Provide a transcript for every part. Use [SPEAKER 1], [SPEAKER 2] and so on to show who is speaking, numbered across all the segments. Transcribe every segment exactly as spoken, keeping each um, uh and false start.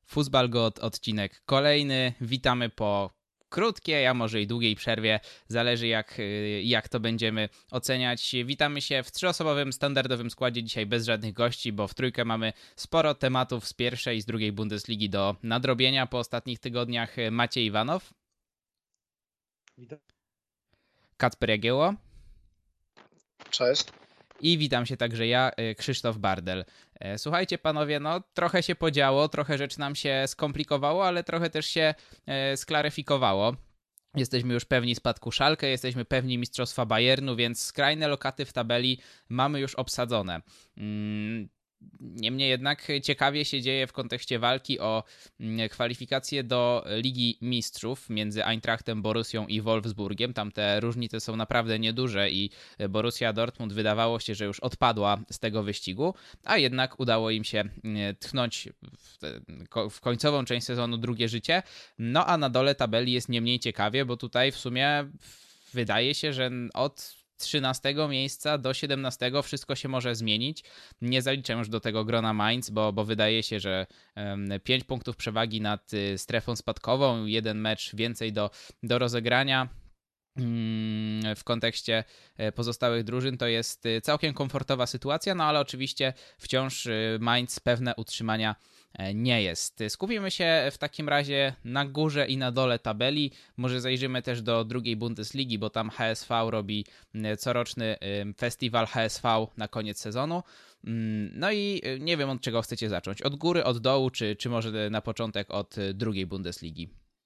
[SPEAKER 1] Fußball God, odcinek kolejny. Witamy po krótkiej, a może i długiej przerwie. Zależy jak, jak to będziemy oceniać. Witamy się w trzyosobowym, standardowym składzie. Dzisiaj bez żadnych gości, bo w trójkę mamy sporo tematów z pierwszej i z drugiej Bundesligi do nadrobienia po ostatnich tygodniach. Maciej Iwanow.
[SPEAKER 2] Witam.
[SPEAKER 1] Kacper Jagiełło.
[SPEAKER 3] Cześć.
[SPEAKER 1] I witam się także ja, Krzysztof Bardel. Słuchajcie panowie, no trochę się podziało, trochę rzeczy nam się skomplikowało, ale trochę też się sklaryfikowało. Jesteśmy już pewni spadku Schalke, jesteśmy pewni mistrzostwa Bayernu, więc skrajne lokaty w tabeli mamy już obsadzone. Niemniej jednak ciekawie się dzieje w kontekście walki o kwalifikacje do Ligi Mistrzów między Eintrachtem, Borussią i Wolfsburgiem. Tam te różnice są naprawdę nieduże i Borussia Dortmund wydawało się, że już odpadła z tego wyścigu, a jednak udało im się tchnąć w końcową część sezonu drugie życie. No a na dole tabeli jest nie mniej ciekawie, bo tutaj w sumie wydaje się, że od trzynastego miejsca do siedemnastego wszystko się może zmienić. Nie zaliczę już do tego grona Mainz, bo, bo wydaje się, że pięć punktów przewagi nad strefą spadkową, jeden mecz więcej do, do rozegrania w kontekście pozostałych drużyn to jest całkiem komfortowa sytuacja, no ale oczywiście wciąż Mainz pewne utrzymania nie jest. Skupimy się w takim razie na górze i na dole tabeli. Może zajrzymy też do drugiej Bundesligi, bo tam H S V robi coroczny festiwal H S V na koniec sezonu. No i nie wiem, od czego chcecie zacząć. Od góry, od dołu, czy, czy może na początek od drugiej Bundesligi?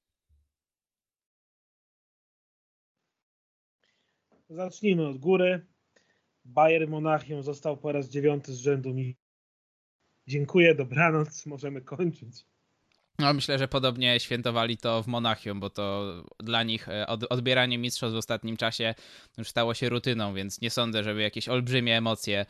[SPEAKER 2] Zacznijmy od góry. Bayern Monachium został po raz dziewiąty z rzędu. Dziękuję, dobranoc, możemy kończyć.
[SPEAKER 1] No, myślę, że podobnie świętowali to w Monachium, bo to dla nich odbieranie mistrzostw w ostatnim czasie już stało się rutyną, więc nie sądzę, żeby jakieś olbrzymie emocje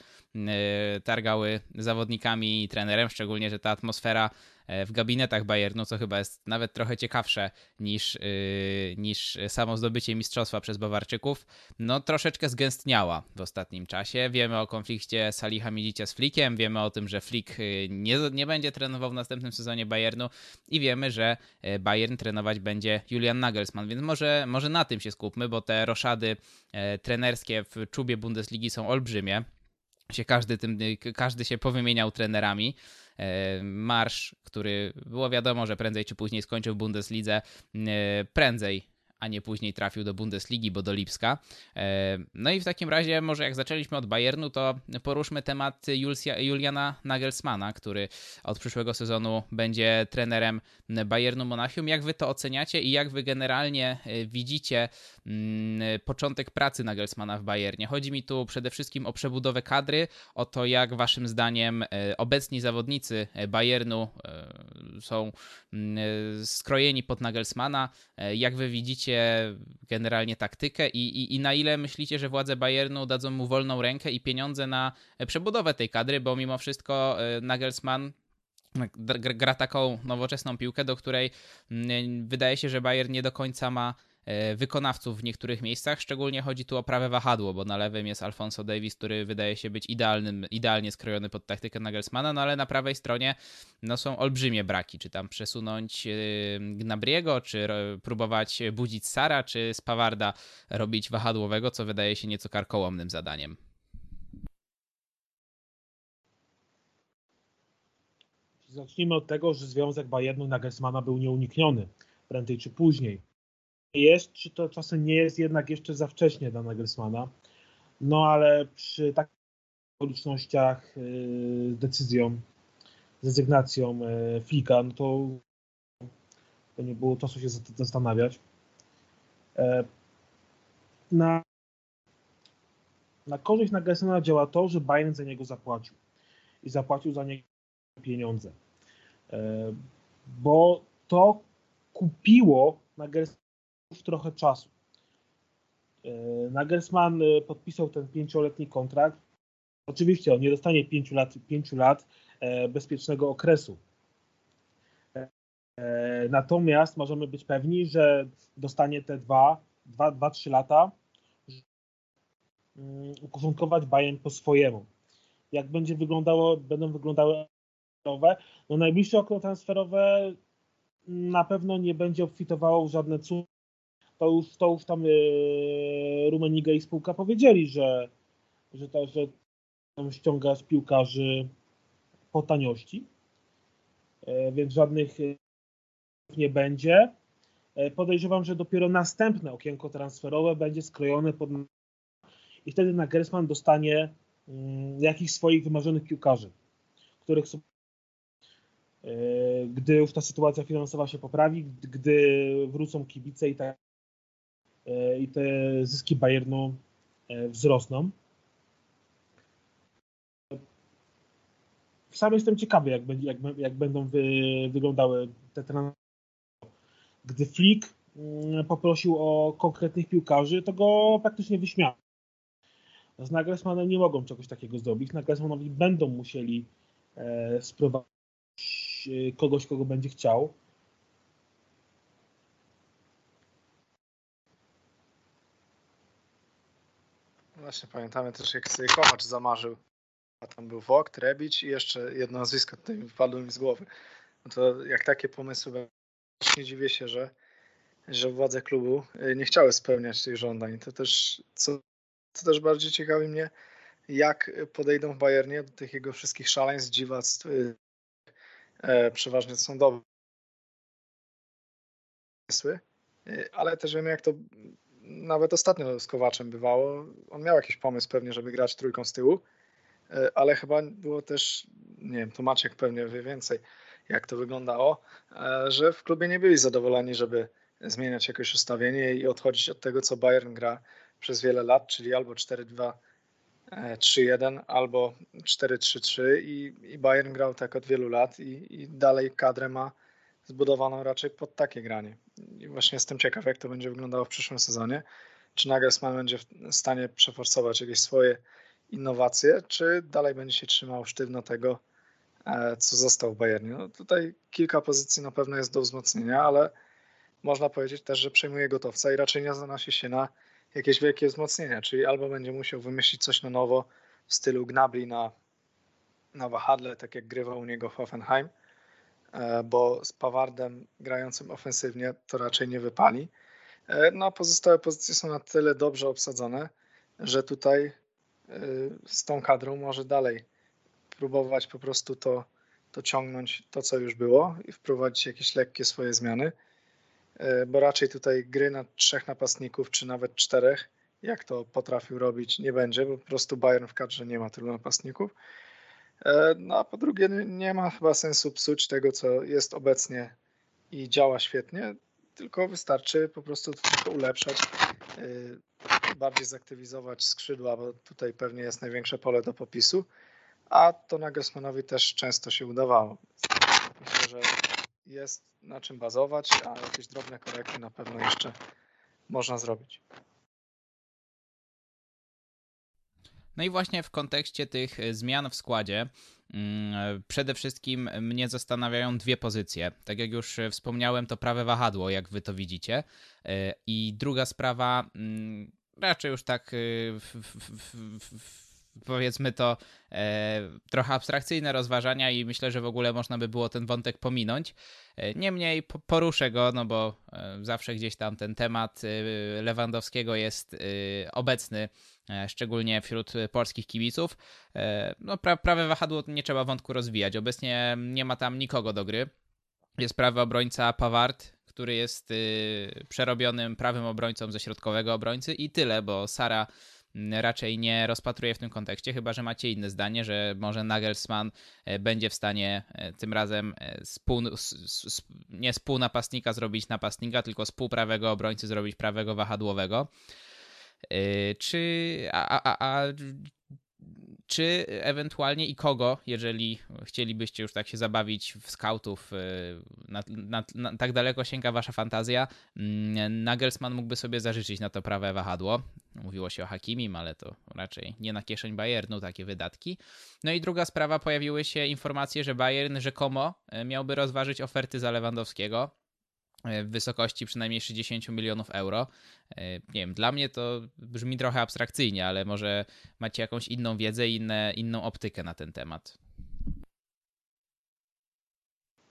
[SPEAKER 1] targały zawodnikami i trenerem, szczególnie, że ta atmosfera w gabinetach Bayernu, co chyba jest nawet trochę ciekawsze niż, yy, niż samo zdobycie mistrzostwa przez Bawarczyków, no troszeczkę zgęstniała w ostatnim czasie. Wiemy o konflikcie Salihamidzicia z Flickiem, wiemy o tym, że Flick nie, nie będzie trenował w następnym sezonie Bayernu i wiemy, że Bayern trenować będzie Julian Nagelsmann, więc może, może na tym się skupmy, bo te roszady trenerskie w czubie Bundesligi są olbrzymie. Się każdy, tym, każdy się powymieniał trenerami. Marsz, który było wiadomo, że prędzej czy później skończył w Bundeslidze, prędzej, a nie później trafił do Bundesligi, bo do Lipska. No i w takim razie, może jak zaczęliśmy od Bayernu, to poruszmy temat Juliana Nagelsmana, który od przyszłego sezonu będzie trenerem Bayernu Monachium. Jak wy to oceniacie i jak wy generalnie widzicie początek pracy Nagelsmana w Bayernie? Chodzi mi tu przede wszystkim o przebudowę kadry, o to, jak waszym zdaniem obecni zawodnicy Bayernu są skrojeni pod Nagelsmana, jak wy widzicie generalnie taktykę i, i, i na ile myślicie, że władze Bayernu dadzą mu wolną rękę i pieniądze na przebudowę tej kadry, bo mimo wszystko Nagelsmann gra taką nowoczesną piłkę, do której wydaje się, że Bayern nie do końca ma wykonawców w niektórych miejscach, szczególnie chodzi tu o prawe wahadło, bo na lewym jest Alphonso Davies, który wydaje się być idealnym, idealnie skrojony pod taktykę Nagelsmana, no ale na prawej stronie no, są olbrzymie braki, czy tam przesunąć Gnabriego, czy próbować budzić Sara, czy z Pawarda robić wahadłowego, co wydaje się nieco karkołomnym zadaniem.
[SPEAKER 2] Zacznijmy od tego, że związek Bayernu i Nagelsmana był nieunikniony, prędzej czy później. Jest, czy to czasem nie jest jednak jeszcze za wcześnie dla Nagelsmana. No ale przy takich okolicznościach yy, decyzją, rezygnacją yy, Flicka, no to, to nie było czasu się zastanawiać. Yy, na, na korzyść Nagelsmana działa to, że Bayern za niego zapłacił. I zapłacił za niego pieniądze. Yy, bo to kupiło Nagelsmana trochę czasu. Nagelsmann podpisał ten pięcioletni kontrakt. Oczywiście on nie dostanie pięciu lat, pięciu lat bezpiecznego okresu. Natomiast możemy być pewni, że dostanie te dwa, dwa, dwa, trzy lata uporządkować Bayern po swojemu. Jak będzie wyglądało, będą wyglądały No najbliższe okno transferowe na pewno nie będzie obfitowało w żadne cuda. To już, to już tam yy, Rummenigge i spółka powiedzieli, że, że, to, że tam ściąga z piłkarzy po taniości, yy, więc żadnych yy, nie będzie. Yy, podejrzewam, że dopiero następne okienko transferowe będzie skrojone pod i wtedy Nagelsmann dostanie yy, jakichś swoich wymarzonych piłkarzy, których sobie gdy już ta sytuacja finansowa się poprawi, gdy wrócą kibice i, tak, i te zyski Bayernu wzrosną. Sam jestem ciekawy, jak, jak, jak będą wy, wyglądały te transfery. Gdy Flick poprosił o konkretnych piłkarzy, to go praktycznie wyśmiał. Z Nagelsmannem nie mogą czegoś takiego zrobić. Nagelsmannowi będą musieli e, sprowadzić kogoś, kogo będzie chciał.
[SPEAKER 3] Właśnie pamiętamy też, jak sobie Kovac zamarzył. A tam był Vogt, Rebic i jeszcze jedno nazwisko tutaj wypadło mi z głowy. No to jak takie pomysły, nie dziwię się, że, że władze klubu nie chciały spełniać tych żądań. To też, co, co też bardziej ciekawi mnie, jak podejdą w Bayernie do tych jego wszystkich szaleństw, dziwactw, e, przeważnie są dobre pomysły, ale też wiemy, jak to nawet ostatnio z Kowaczem bywało. On miał jakiś pomysł pewnie, żeby grać trójką z tyłu, ale chyba było też, nie wiem, tu Maciek pewnie wie więcej, jak to wyglądało, że w klubie nie byli zadowoleni, żeby zmieniać jakieś ustawienie i odchodzić od tego, co Bayern gra przez wiele lat, czyli albo cztery dwa trzy jeden, albo cztery trzy trzy i, i Bayern grał tak od wielu lat i, i dalej kadrę ma zbudowaną raczej pod takie granie. I właśnie jestem ciekaw, jak to będzie wyglądało w przyszłym sezonie. Czy Nagelsmann będzie w stanie przeforsować jakieś swoje innowacje, czy dalej będzie się trzymał sztywno tego, co został w Bayernie. No tutaj kilka pozycji na pewno jest do wzmocnienia, ale można powiedzieć też, że przejmuje gotowca i raczej nie zanosi się na jakieś wielkie wzmocnienia, czyli albo będzie musiał wymyślić coś na nowo w stylu Gnabry na, na wahadle, tak jak grywał u niego Hoffenheim, bo z Pavardem grającym ofensywnie to raczej nie wypali. No a pozostałe pozycje są na tyle dobrze obsadzone, że tutaj z tą kadrą może dalej próbować po prostu to, to ciągnąć to, co już było i wprowadzić jakieś lekkie swoje zmiany, bo raczej tutaj gry na trzech napastników, czy nawet czterech, jak to potrafił robić, nie będzie, bo po prostu Bayern w kadrze nie ma tylu napastników. No a po drugie nie ma chyba sensu psuć tego, co jest obecnie i działa świetnie, tylko wystarczy po prostu to tylko ulepszać, bardziej zaktywizować skrzydła, bo tutaj pewnie jest największe pole do popisu, a to Nagelsmannowi też często się udawało. Myślę, że jest na czym bazować, a jakieś drobne korekty na pewno jeszcze można zrobić.
[SPEAKER 1] No i właśnie w kontekście tych zmian w składzie przede wszystkim mnie zastanawiają dwie pozycje. Tak jak już wspomniałem, to prawe wahadło, jak wy to widzicie. I druga sprawa, raczej już tak w, w, w, w, powiedzmy to e, trochę abstrakcyjne rozważania i myślę, że w ogóle można by było ten wątek pominąć. Niemniej poruszę go, no bo zawsze gdzieś tam ten temat Lewandowskiego jest obecny, szczególnie wśród polskich kibiców. No pra, prawe wahadło nie trzeba wątku rozwijać. Obecnie nie ma tam nikogo do gry. Jest prawy obrońca Pavard, który jest przerobionym prawym obrońcą ze środkowego obrońcy i tyle, bo Sara raczej nie rozpatruję w tym kontekście, chyba że macie inne zdanie, że może Nagelsmann będzie w stanie tym razem z pół, z, nie z pół napastnika zrobić napastnika, tylko z pół prawego obrońcy zrobić prawego wahadłowego. Czy, a, a, a, czy ewentualnie i kogo, jeżeli chcielibyście już tak się zabawić w skautów, na, na, na, tak daleko sięga wasza fantazja, Nagelsmann mógłby sobie zażyczyć na to prawe wahadło. Mówiło się o Hakimim, ale to raczej nie na kieszeń Bayernu takie wydatki. No i druga sprawa, pojawiły się informacje, że Bayern rzekomo miałby rozważyć oferty za Lewandowskiego w wysokości przynajmniej sześćdziesiąt milionów euro. Nie wiem, dla mnie to brzmi trochę abstrakcyjnie, ale może macie jakąś inną wiedzę i inne, inną optykę na ten temat.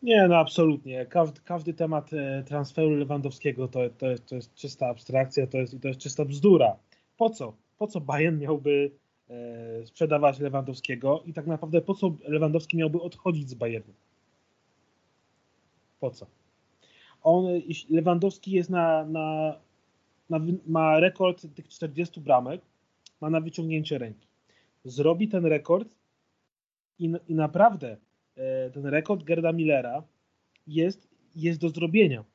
[SPEAKER 2] Nie, no absolutnie. Każdy, każdy temat transferu Lewandowskiego to, to, to jest czysta abstrakcja, to jest, to jest czysta bzdura. Po co? Po co Bayern miałby e, sprzedawać Lewandowskiego i tak naprawdę po co Lewandowski miałby odchodzić z Bayernu? Po co? On, Lewandowski jest na, na, na, ma rekord tych czterdziestu bramek, ma na wyciągnięcie ręki. Zrobi ten rekord i, i naprawdę e, ten rekord Gerda Millera jest, jest do zrobienia.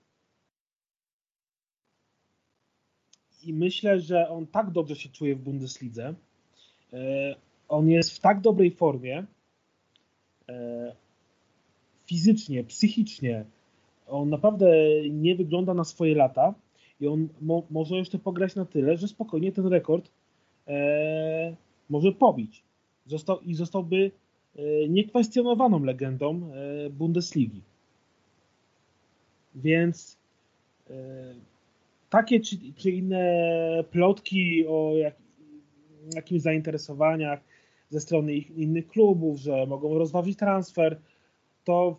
[SPEAKER 2] I myślę, że on tak dobrze się czuje w Bundeslidze, e, on jest w tak dobrej formie e, fizycznie, psychicznie, on naprawdę nie wygląda na swoje lata i on mo, może jeszcze pograć na tyle, że spokojnie ten rekord e, może pobić. Został, I zostałby e, niekwestionowaną legendą e, Bundesligi. Więc e, takie czy, czy inne plotki o jak, jakimś zainteresowaniach ze strony ich, innych klubów, że mogą rozważyć transfer, to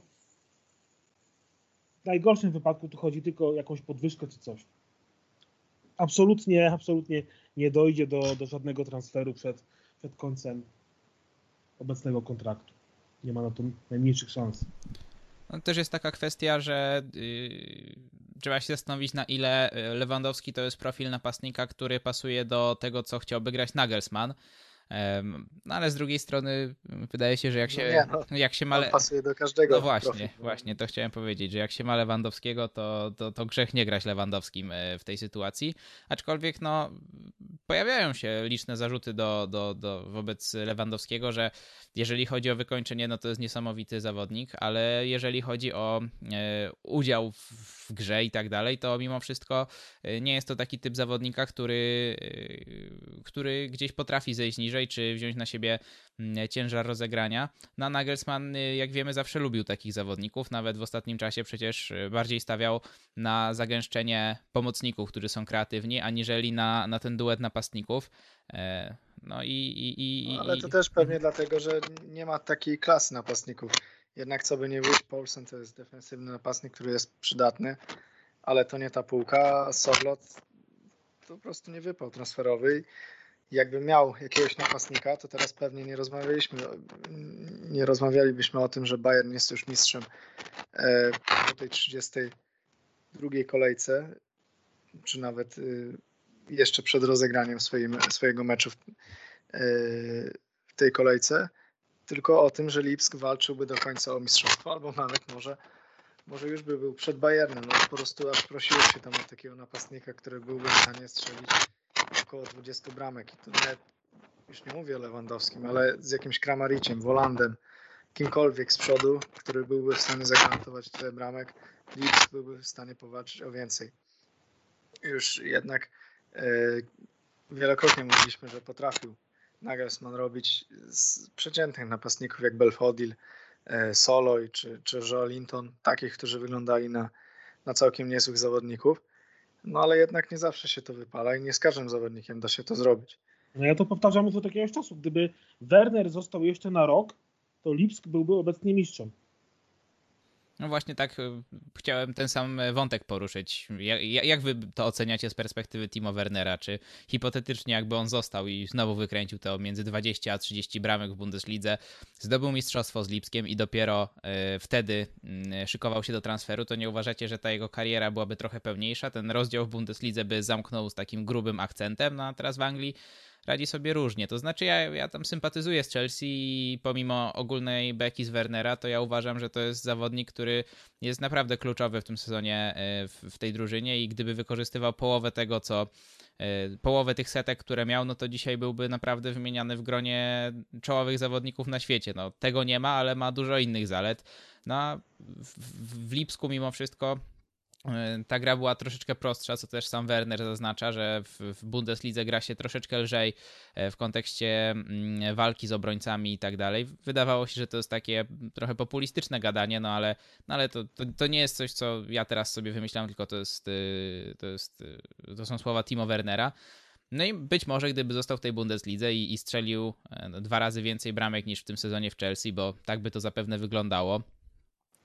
[SPEAKER 2] w najgorszym wypadku tu chodzi tylko o jakąś podwyżkę czy coś. Absolutnie, absolutnie nie dojdzie do, do żadnego transferu przed, przed końcem obecnego kontraktu. Nie ma na to najmniejszych szans.
[SPEAKER 1] No, też jest taka kwestia, że yy, trzeba się zastanowić, na ile Lewandowski to jest profil napastnika, który pasuje do tego, co chciałby grać Nagelsmann. No ale z drugiej strony wydaje się, że jak się,
[SPEAKER 3] no nie, no,
[SPEAKER 1] jak się ma...
[SPEAKER 3] On pasuje do każdego.
[SPEAKER 1] No właśnie,
[SPEAKER 3] profilu.
[SPEAKER 1] właśnie, to chciałem powiedzieć, że jak się ma Lewandowskiego, to, to, to grzech nie grać Lewandowskim w tej sytuacji. Aczkolwiek no, pojawiają się liczne zarzuty do, do, do, wobec Lewandowskiego, że jeżeli chodzi o wykończenie, no to jest niesamowity zawodnik, ale jeżeli chodzi o e, udział w, w grze i tak dalej, to mimo wszystko nie jest to taki typ zawodnika, który, e, który gdzieś potrafi zejść niżej, czy wziąć na siebie ciężar rozegrania. No Nagelsmann, jak wiemy, zawsze lubił takich zawodników, nawet w ostatnim czasie przecież bardziej stawiał na zagęszczenie pomocników, którzy są kreatywni, aniżeli na, na ten duet napastników. No i... i, i
[SPEAKER 3] no, ale to też pewnie mhm. dlatego, że nie ma takiej klasy napastników. Jednak co by nie wyjść, Poulsen to jest defensywny napastnik, który jest przydatny, ale to nie ta półka, a Sorloth to po prostu nie wypał transferowy. Jakby miał jakiegoś napastnika, to teraz pewnie nie rozmawialiśmy, nie rozmawialibyśmy o tym, że Bayern jest już mistrzem po tej trzydziestej drugiej kolejce, czy nawet jeszcze przed rozegraniem swoim, swojego meczu w, w tej kolejce, tylko o tym, że Lipsk walczyłby do końca o mistrzostwo, albo nawet może, może już by był przed Bayernem. No po prostu aż prosiło się tam o takiego napastnika, który byłby w stanie strzelić około dwudziestu bramek. I to nawet, już nie mówię o Lewandowskim, ale z jakimś Kramariciem, Wolandem, kimkolwiek z przodu, który byłby w stanie zagwarantować tyle bramek, Lipsk byłby w stanie powalczyć o więcej. Już jednak e, wielokrotnie mówiliśmy, że potrafił Nagelsmann robić z przeciętnych napastników jak Belfodil, e, Soloj czy, czy Joelinton, takich, którzy wyglądali na, na całkiem niezłych zawodników. No ale jednak nie zawsze się to wypala i nie z każdym zawodnikiem da się to zrobić.
[SPEAKER 2] No ja to powtarzam już od jakiegoś czasu. Gdyby Werner został jeszcze na rok, to Lipsk byłby obecnie mistrzem.
[SPEAKER 1] No właśnie tak chciałem ten sam wątek poruszyć. Jak, jak wy to oceniacie z perspektywy Timo Wernera? Czy hipotetycznie jakby on został i znowu wykręcił to między dwadzieścia a trzydzieści bramek w Bundeslidze, zdobył mistrzostwo z Lipskiem i dopiero y, wtedy y, szykował się do transferu, to nie uważacie, że ta jego kariera byłaby trochę pełniejsza? Ten rozdział w Bundeslidze by zamknął z takim grubym akcentem, no a teraz w Anglii radzi sobie różnie. To znaczy ja, ja tam sympatyzuję z Chelsea i pomimo ogólnej beki z Wernera, to ja uważam, że to jest zawodnik, który jest naprawdę kluczowy w tym sezonie w, w tej drużynie i gdyby wykorzystywał połowę tego, co połowę tych setek, które miał, no to dzisiaj byłby naprawdę wymieniany w gronie czołowych zawodników na świecie. No tego nie ma, ale ma dużo innych zalet. No a w, w Lipsku mimo wszystko ta gra była troszeczkę prostsza, co też sam Werner zaznacza, że w Bundeslidze gra się troszeczkę lżej w kontekście walki z obrońcami i tak dalej. Wydawało się, że to jest takie trochę populistyczne gadanie, no ale, no ale to, to, to nie jest coś, co ja teraz sobie wymyślam, tylko to jest, to jest, to są słowa Timo Wernera. No i być może gdyby został w tej Bundeslidze i, i strzelił dwa razy więcej bramek niż w tym sezonie w Chelsea, bo tak by to zapewne wyglądało,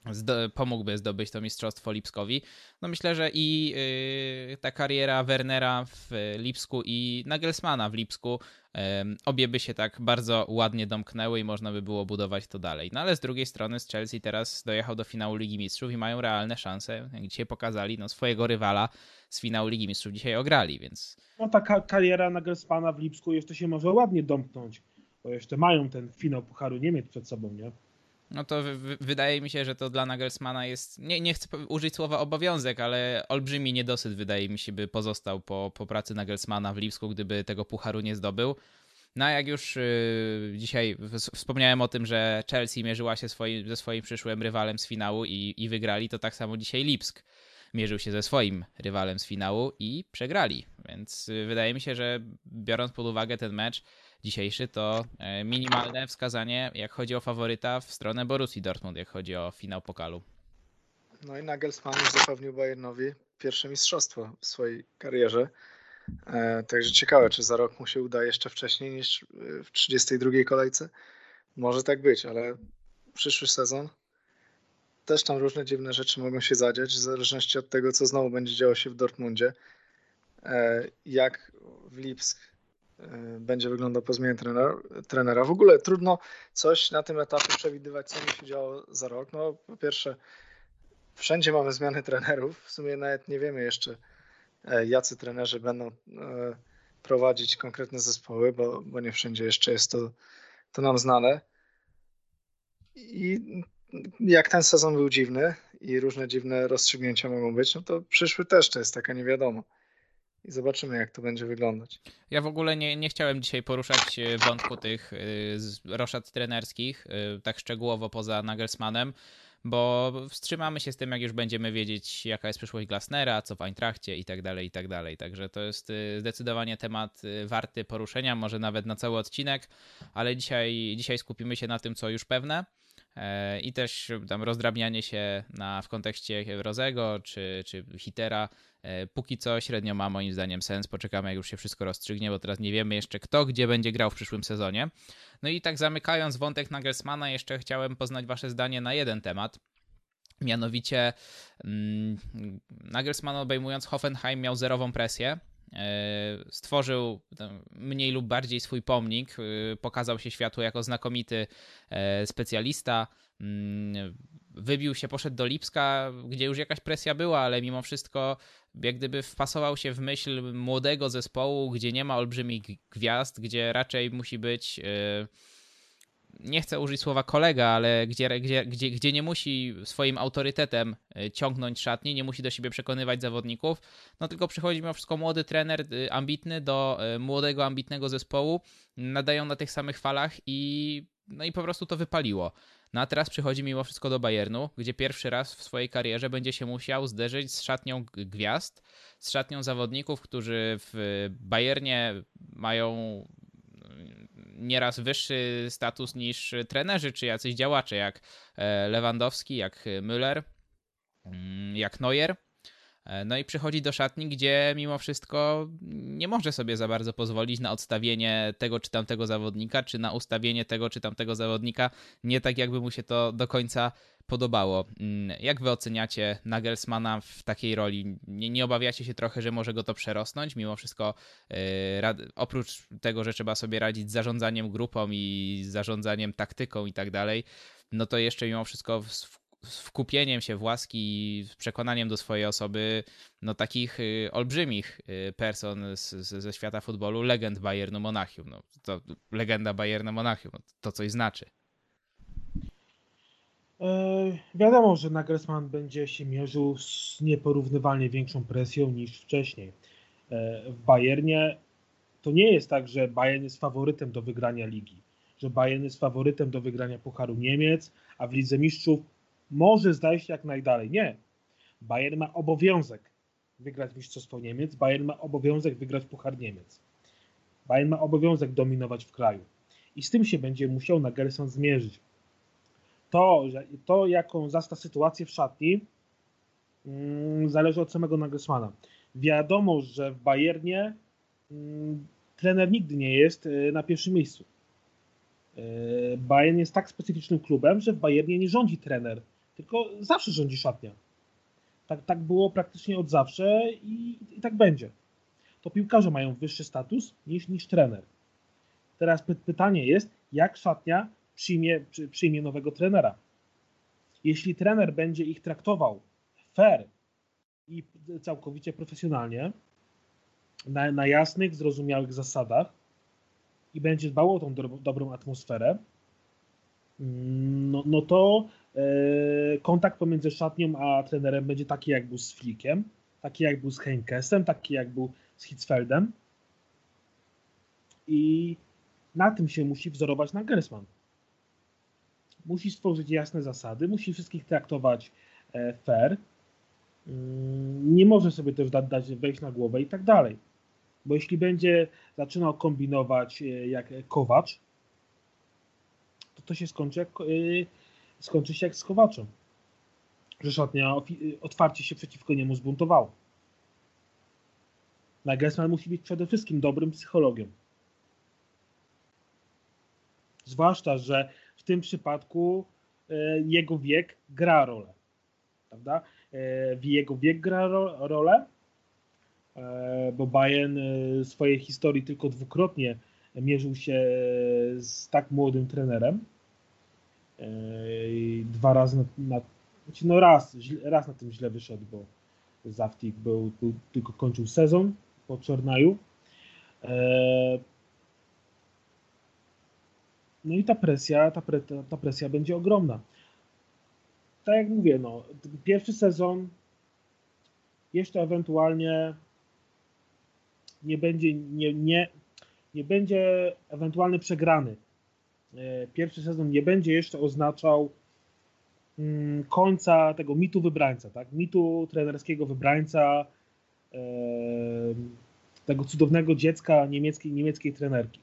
[SPEAKER 1] zdo- pomógłby zdobyć to mistrzostwo Lipskowi. No myślę, że i yy, ta kariera Wernera w Lipsku i Nagelsmana w Lipsku yy, obie by się tak bardzo ładnie domknęły i można by było budować to dalej. No ale z drugiej strony z Chelsea teraz dojechał do finału Ligi Mistrzów i mają realne szanse, jak dzisiaj pokazali, no swojego rywala z finału Ligi Mistrzów dzisiaj ograli, więc...
[SPEAKER 2] No ta ka- kariera Nagelsmana w Lipsku jeszcze się może ładnie domknąć, bo jeszcze mają ten finał Pucharu Niemiec przed sobą, nie?
[SPEAKER 1] No to w- w- wydaje mi się, że to dla Nagelsmana jest, nie, nie chcę użyć słowa obowiązek, ale olbrzymi niedosyt wydaje mi się by pozostał po, po pracy Nagelsmana w Lipsku, gdyby tego pucharu nie zdobył. No a jak już yy, dzisiaj wspomniałem o tym, że Chelsea mierzyła się swoim, ze swoim przyszłym rywalem z finału i, i wygrali, to tak samo dzisiaj Lipsk mierzył się ze swoim rywalem z finału i przegrali. Więc yy, wydaje mi się, że biorąc pod uwagę ten mecz dzisiejszy, to minimalne wskazanie, jak chodzi o faworyta w stronę Borussii Dortmund, jak chodzi o finał pokalu.
[SPEAKER 3] No i Nagelsmann już zapewnił Bayernowi pierwsze mistrzostwo w swojej karierze. E, także ciekawe, czy za rok mu się uda jeszcze wcześniej niż w trzydziestej drugiej kolejce. Może tak być, ale przyszły sezon też tam różne dziwne rzeczy mogą się zadziać, w zależności od tego, co znowu będzie działo się w Dortmundzie. E, jak w Lipsk będzie wyglądał po zmianie trenera, trenera. W ogóle trudno coś na tym etapie przewidywać, co będzie się działo za rok. No po pierwsze, wszędzie mamy zmiany trenerów. W sumie nawet nie wiemy jeszcze, jacy trenerzy będą prowadzić konkretne zespoły, bo, bo nie wszędzie jeszcze jest to, to nam znane. I jak ten sezon był dziwny i różne dziwne rozstrzygnięcia mogą być, no to przyszły też to jest taka niewiadoma. I zobaczymy, jak to będzie wyglądać.
[SPEAKER 1] Ja w ogóle nie, nie chciałem dzisiaj poruszać wątku tych roszad trenerskich tak szczegółowo poza Nagelsmannem, bo wstrzymamy się z tym, jak już będziemy wiedzieć, jaka jest przyszłość Glasnera, co w Eintrachcie i tak dalej, i tak dalej. Także to jest zdecydowanie temat warty poruszenia, może nawet na cały odcinek, ale dzisiaj, dzisiaj skupimy się na tym, co już pewne. I też tam rozdrabnianie się na, w kontekście Rozego czy, czy Hitera póki co średnio ma moim zdaniem sens. Poczekamy, jak już się wszystko rozstrzygnie, bo teraz nie wiemy jeszcze kto gdzie będzie grał w przyszłym sezonie. No i tak zamykając wątek Nagelsmana, jeszcze chciałem poznać wasze zdanie na jeden temat. Mianowicie hmm, Nagelsmann, obejmując Hoffenheim, miał zerową presję. Stworzył mniej lub bardziej swój pomnik, pokazał się światu jako znakomity specjalista, wybił się, poszedł do Lipska, gdzie już jakaś presja była, ale mimo wszystko jak gdyby wpasował się w myśl młodego zespołu, gdzie nie ma olbrzymich gwiazd, gdzie raczej musi być, nie chcę użyć słowa kolega, ale gdzie, gdzie, gdzie, gdzie nie musi swoim autorytetem ciągnąć szatni, nie musi do siebie przekonywać zawodników, no tylko przychodzi mimo wszystko młody trener ambitny do młodego, ambitnego zespołu, nadają na tych samych falach i no i po prostu to wypaliło. No a teraz przychodzi mimo wszystko do Bayernu, gdzie pierwszy raz w swojej karierze będzie się musiał zderzyć z szatnią gwiazd, z szatnią zawodników, którzy w Bayernie mają nieraz wyższy status niż trenerzy czy jacyś działacze, jak Lewandowski, jak Müller, jak Neuer. No i przychodzi do szatni, gdzie mimo wszystko nie może sobie za bardzo pozwolić na odstawienie tego czy tamtego zawodnika, czy na ustawienie tego czy tamtego zawodnika nie tak, jakby mu się to do końca podobało. Jak wy oceniacie Nagelsmana w takiej roli? Nie, nie obawiacie się trochę, że może go to przerosnąć? Mimo wszystko yy, rad, oprócz tego, że trzeba sobie radzić z zarządzaniem grupą i zarządzaniem taktyką i tak dalej, no to jeszcze mimo wszystko w, z wkupieniem się w łaski i z przekonaniem do swojej osoby no takich y, olbrzymich y, person z, z, ze świata futbolu, legend Bayernu Monachium. No, to legenda Bayernu Monachium, no, to coś znaczy.
[SPEAKER 2] E, wiadomo, że Nagelsmann będzie się mierzył z nieporównywalnie większą presją niż wcześniej. E, w Bayernie to nie jest tak, że Bayern jest faworytem do wygrania ligi, że Bayern jest faworytem do wygrania Pucharu Niemiec, a w Lidze Mistrzów może zajść jak najdalej. Nie. Bayern ma obowiązek wygrać Mistrzostwo Niemiec, Bayern ma obowiązek wygrać Puchar Niemiec. Bayern ma obowiązek dominować w kraju. I z tym się będzie musiał Nagelsmann zmierzyć. To, że, to jaką zasta sytuację w szatni, mm, zależy od samego Nagelsmana. Wiadomo, że w Bayernie mm, trener nigdy nie jest y, na pierwszym miejscu. Y, Bayern jest tak specyficznym klubem, że w Bayernie nie rządzi trener tylko zawsze rządzi szatnia. Tak, tak było praktycznie od zawsze i, i tak będzie. To piłkarze mają wyższy status niż, niż trener. Teraz py, pytanie jest, jak szatnia przyjmie, przy, przyjmie nowego trenera. Jeśli trener będzie ich traktował fair i całkowicie profesjonalnie, na, na jasnych, zrozumiałych zasadach i będzie dbał o tą do, dobrą atmosferę, no, no to e, kontakt pomiędzy szatnią a trenerem będzie taki, jak był z Flickiem, taki jak był z Heinkesem, taki jak był z Hitzfeldem i na tym się musi wzorować Nagelsmann. Musi stworzyć jasne zasady, musi wszystkich traktować e, fair, mm, nie może sobie też dać, dać wejść na głowę i tak dalej. Bo jeśli będzie zaczynał kombinować e, jak Kowacz, to to się skończy, jak, e, skończy się jak z Kowaczem. Że szatnia otwarcie się przeciwko niemu zbuntowała. Nagelsmann musi być przede wszystkim dobrym psychologiem. Zwłaszcza, że w tym przypadku e, jego wiek gra rolę. Prawda? E, jego wiek gra ro, rolę, e, bo Bayern e, w swojej historii tylko dwukrotnie mierzył się z tak młodym trenerem. E, dwa razy na, na znaczy no raz, raz na tym źle wyszedł, bo Zawtik był, był, tylko kończył sezon po Czornaju. E, No i ta presja, ta, pre, ta presja będzie ogromna. Tak jak mówię, no, pierwszy sezon jeszcze ewentualnie nie będzie, nie, nie, nie będzie ewentualnie przegrany. Pierwszy sezon nie będzie jeszcze oznaczał mm, końca tego mitu wybrańca, tak? Mitu trenerskiego wybrańca, e, tego cudownego dziecka niemieckiej, niemieckiej trenerki.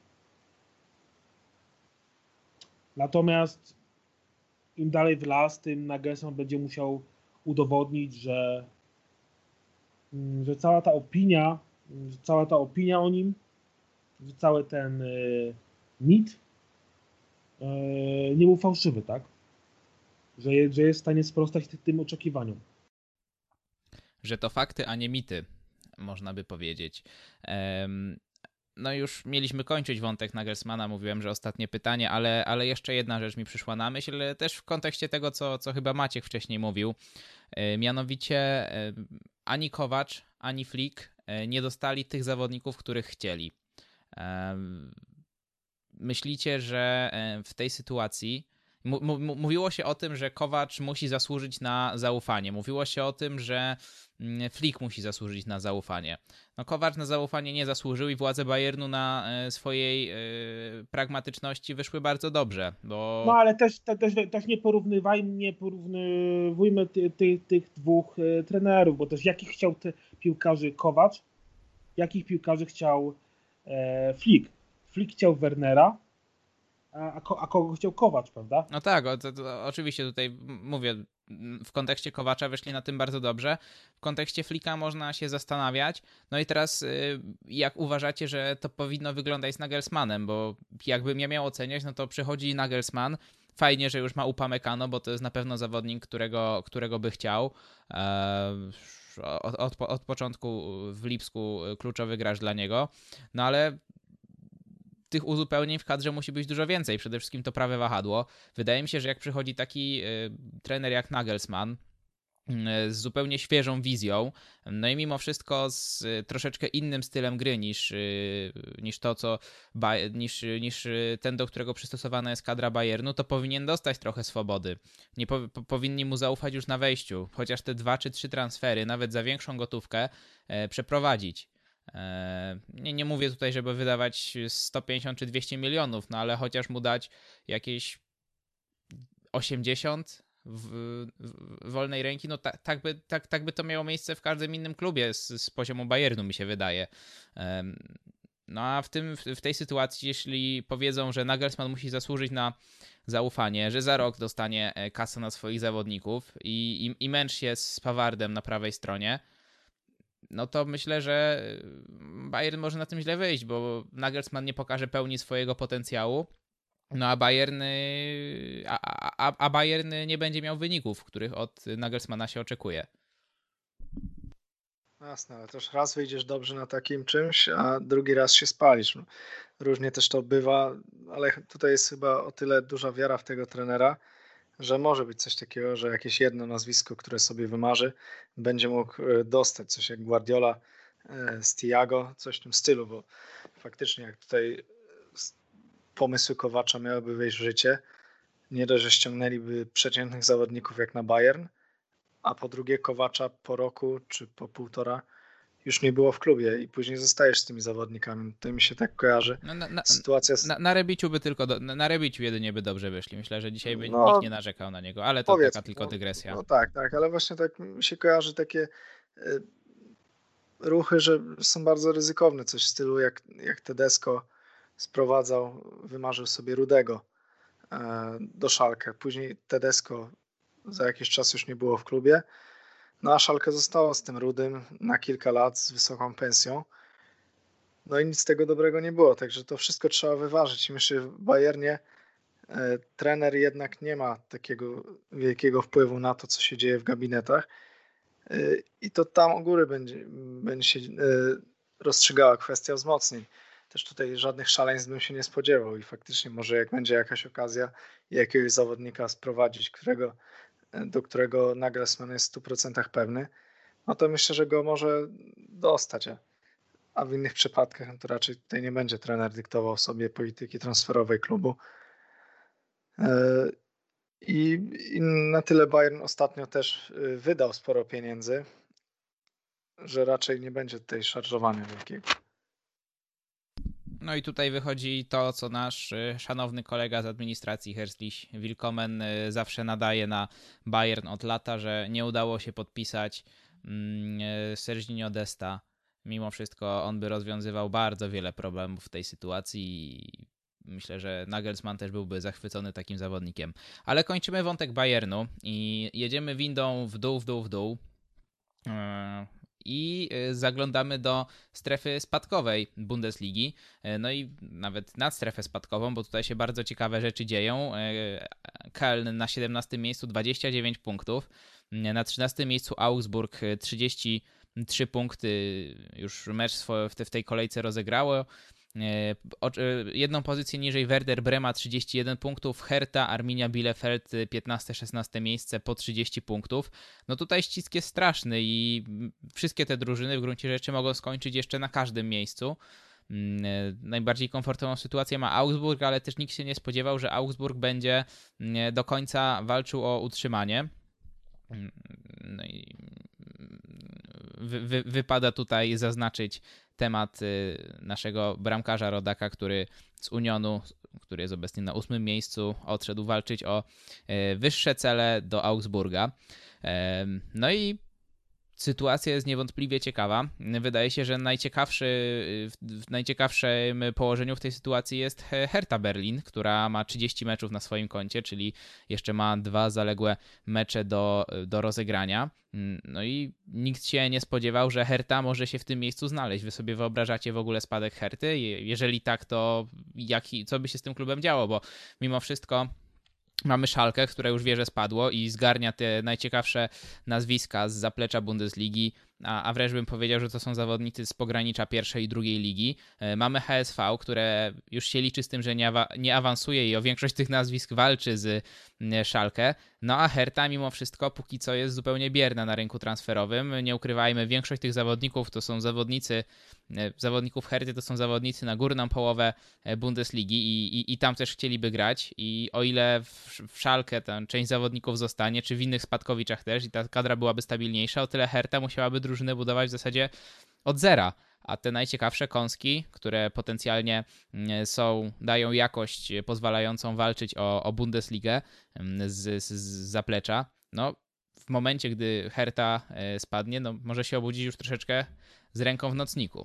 [SPEAKER 2] Natomiast im dalej w las, tym Nagelsmann będzie musiał udowodnić, że, że cała ta opinia, że cała ta opinia o nim, że cały ten y, mit y, nie był fałszywy, tak? Że, je, że jest w stanie sprostać ty, tym oczekiwaniom.
[SPEAKER 1] Że to fakty, a nie mity, można by powiedzieć. Um... No już mieliśmy kończyć wątek Nagelsmana, mówiłem, że ostatnie pytanie, ale, ale jeszcze jedna rzecz mi przyszła na myśl, też w kontekście tego, co, co chyba Maciek wcześniej mówił. Mianowicie ani Kowacz, ani Flick nie dostali tych zawodników, których chcieli. Myślicie, że w tej sytuacji mówiło się o tym, że Kowacz musi zasłużyć na zaufanie. Mówiło się o tym, że Flick musi zasłużyć na zaufanie. No Kowacz na zaufanie nie zasłużył i władze Bayernu na swojej yy, pragmatyczności wyszły bardzo dobrze, bo...
[SPEAKER 2] No ale też, te, też, też nie porównywajmy, nie porównywujmy ty, ty, tych dwóch y, trenerów, bo też jakich chciał te piłkarzy Kowacz, jakich piłkarzy chciał e, Flick. Flick chciał Wernera, a, a kogo chciał Kowacz, prawda?
[SPEAKER 1] No tak, o, to, to, oczywiście tutaj mówię, w kontekście Kowacza wyszli na tym bardzo dobrze, w kontekście Flicka można się zastanawiać, no i teraz jak uważacie, że to powinno wyglądać z Nagelsmannem, bo jakbym ja miał oceniać, no to przychodzi Nagelsmann, fajnie, że już ma Upamecano, bo to jest na pewno zawodnik, którego, którego by chciał, od, od, od początku w Lipsku kluczowy gracz dla niego, no ale tych uzupełnień w kadrze musi być dużo więcej. Przede wszystkim to prawe wahadło. Wydaje mi się, że jak przychodzi taki y, trener jak Nagelsmann y, z zupełnie świeżą wizją, no i mimo wszystko z y, troszeczkę innym stylem gry niż, y, niż to, co ba- niż, niż ten, do którego przystosowana jest kadra Bayernu, to powinien dostać trochę swobody. Nie po, po, powinni mu zaufać już na wejściu. Chociaż te dwa czy trzy transfery, nawet za większą gotówkę, y, przeprowadzić. Nie, nie mówię tutaj, żeby wydawać sto pięćdziesiąt czy dwieście milionów, no ale chociaż mu dać jakieś osiemdziesiąt w, w wolnej ręki, no tak, tak, by, tak, tak by to miało miejsce w każdym innym klubie z, z poziomu Bayernu, mi się wydaje. No a w, tym, w tej sytuacji, jeśli powiedzą, że Nagelsmann musi zasłużyć na zaufanie, że za rok dostanie kasę na swoich zawodników i, i, i męcz się z Pavardem na prawej stronie, no to myślę, że Bayern może na tym źle wyjść, bo Nagelsmann nie pokaże pełni swojego potencjału, No a Bayern, a, a, a Bayern nie będzie miał wyników, których od Nagelsmana się oczekuje.
[SPEAKER 3] Jasne, ale też raz wyjdziesz dobrze na takim czymś, a drugi raz się spalisz. Różnie też to bywa, ale tutaj jest chyba o tyle duża wiara w tego trenera, że może być coś takiego, że jakieś jedno nazwisko, które sobie wymarzy, będzie mógł dostać coś jak Guardiola z Thiago, coś w tym stylu, bo faktycznie jak tutaj pomysły Kowacza miałyby wejść w życie, nie dość, że ściągnęliby przeciętnych zawodników jak na Bayern, a po drugie Kowacza po roku czy po półtora już nie było w klubie i później zostajesz z tymi zawodnikami. To mi się tak kojarzy.
[SPEAKER 1] No, na, na,
[SPEAKER 3] Sytuacja z...
[SPEAKER 1] na, na Rebiciu by tylko, do, na Rebiciu jedynie by dobrze wyszli. Myślę, że dzisiaj by
[SPEAKER 3] no,
[SPEAKER 1] nikt nie narzekał na niego, ale to
[SPEAKER 3] powiedz,
[SPEAKER 1] taka tylko dygresja.
[SPEAKER 3] No, no tak, tak, ale właśnie tak mi się kojarzy takie y, ruchy, że są bardzo ryzykowne. Coś w stylu jak, jak Tedesco sprowadzał, wymarzył sobie Rudego y, do Schalke. Później Tedesco za jakiś czas już nie było w klubie. No a Schalke zostało z tym Rudym na kilka lat z wysoką pensją. No i nic z tego dobrego nie było, także to wszystko trzeba wyważyć. I myślę, że w Bayernie e, trener jednak nie ma takiego wielkiego wpływu na to, co się dzieje w gabinetach. E, I to tam u góry będzie, będzie się e, rozstrzygała kwestia wzmocnień. Też tutaj żadnych szaleństw bym się nie spodziewał i faktycznie może jak będzie jakaś okazja jakiegoś zawodnika sprowadzić, którego, do którego Nagelsmann jest w stu procentach pewny, no to myślę, że go może dostać. A w innych przypadkach no to raczej tutaj nie będzie trener dyktował sobie polityki transferowej klubu. I, I na tyle Bayern ostatnio też wydał sporo pieniędzy, że raczej nie będzie tutaj szarżowania wielkiego.
[SPEAKER 1] No i tutaj wychodzi to, co nasz szanowny kolega z administracji Herzlich Willkommen zawsze nadaje na Bayern od lata, że nie udało się podpisać Serginho Desta. Mimo wszystko on by rozwiązywał bardzo wiele problemów w tej sytuacji i myślę, że Nagelsmann też byłby zachwycony takim zawodnikiem. Ale kończymy wątek Bayernu i jedziemy windą w dół, w dół, w dół. I zaglądamy do strefy spadkowej Bundesligi, no i nawet nad strefę spadkową, bo tutaj się bardzo ciekawe rzeczy dzieją. Köln na siedemnastym miejscu dwadzieścia dziewięć punktów, na trzynastym miejscu Augsburg trzydzieści trzy punkty, już mecz w tej kolejce rozegrało. Jedną pozycję niżej Werder Brema trzydzieści jeden punktów, Hertha, Arminia Bielefeld piętnaste szesnaste miejsce po trzydzieści punktów. No tutaj ścisk jest straszny i wszystkie te drużyny w gruncie rzeczy mogą skończyć jeszcze na każdym miejscu. Najbardziej komfortową sytuację ma Augsburg, ale też nikt się nie spodziewał, że Augsburg będzie do końca walczył o utrzymanie. No i wy, wy, wypada tutaj zaznaczyć temat naszego bramkarza rodaka, który z Unionu, który jest obecnie na ósmym miejscu, odszedł walczyć o wyższe cele do Augsburga. No i sytuacja jest niewątpliwie ciekawa. Wydaje się, że najciekawszy, w najciekawszym położeniu w tej sytuacji jest Hertha Berlin, która ma trzydzieści meczów na swoim koncie, czyli jeszcze ma dwa zaległe mecze do, do rozegrania. No i nikt się nie spodziewał, że Hertha może się w tym miejscu znaleźć. Wy sobie wyobrażacie w ogóle spadek Herty? Jeżeli tak, to jaki, co by się z tym klubem działo? Bo mimo wszystko mamy Schalke, które już wie, że spadło i zgarnia te najciekawsze nazwiska z zaplecza Bundesligi, a, a wręcz bym powiedział, że to są zawodnicy z pogranicza pierwszej i drugiej ligi. Mamy H S V, które już się liczy z tym, że nie, awa- nie awansuje i o większość tych nazwisk walczy z Schalke. No a Hertha mimo wszystko póki co jest zupełnie bierna na rynku transferowym. Nie ukrywajmy, większość tych zawodników to są zawodnicy, zawodników Herty to są zawodnicy na górną połowę Bundesligi i, i, i tam też chcieliby grać i o ile w, w Schalke tam część zawodników zostanie, czy w innych spadkowiczach też i ta kadra byłaby stabilniejsza, o tyle Hertha musiałaby drużynę budować w zasadzie od zera. A te najciekawsze kąski, które potencjalnie są, dają jakość pozwalającą walczyć o, o Bundesligę z, z, z zaplecza, no w momencie, gdy Hertha spadnie, no może się obudzić już troszeczkę z ręką w nocniku.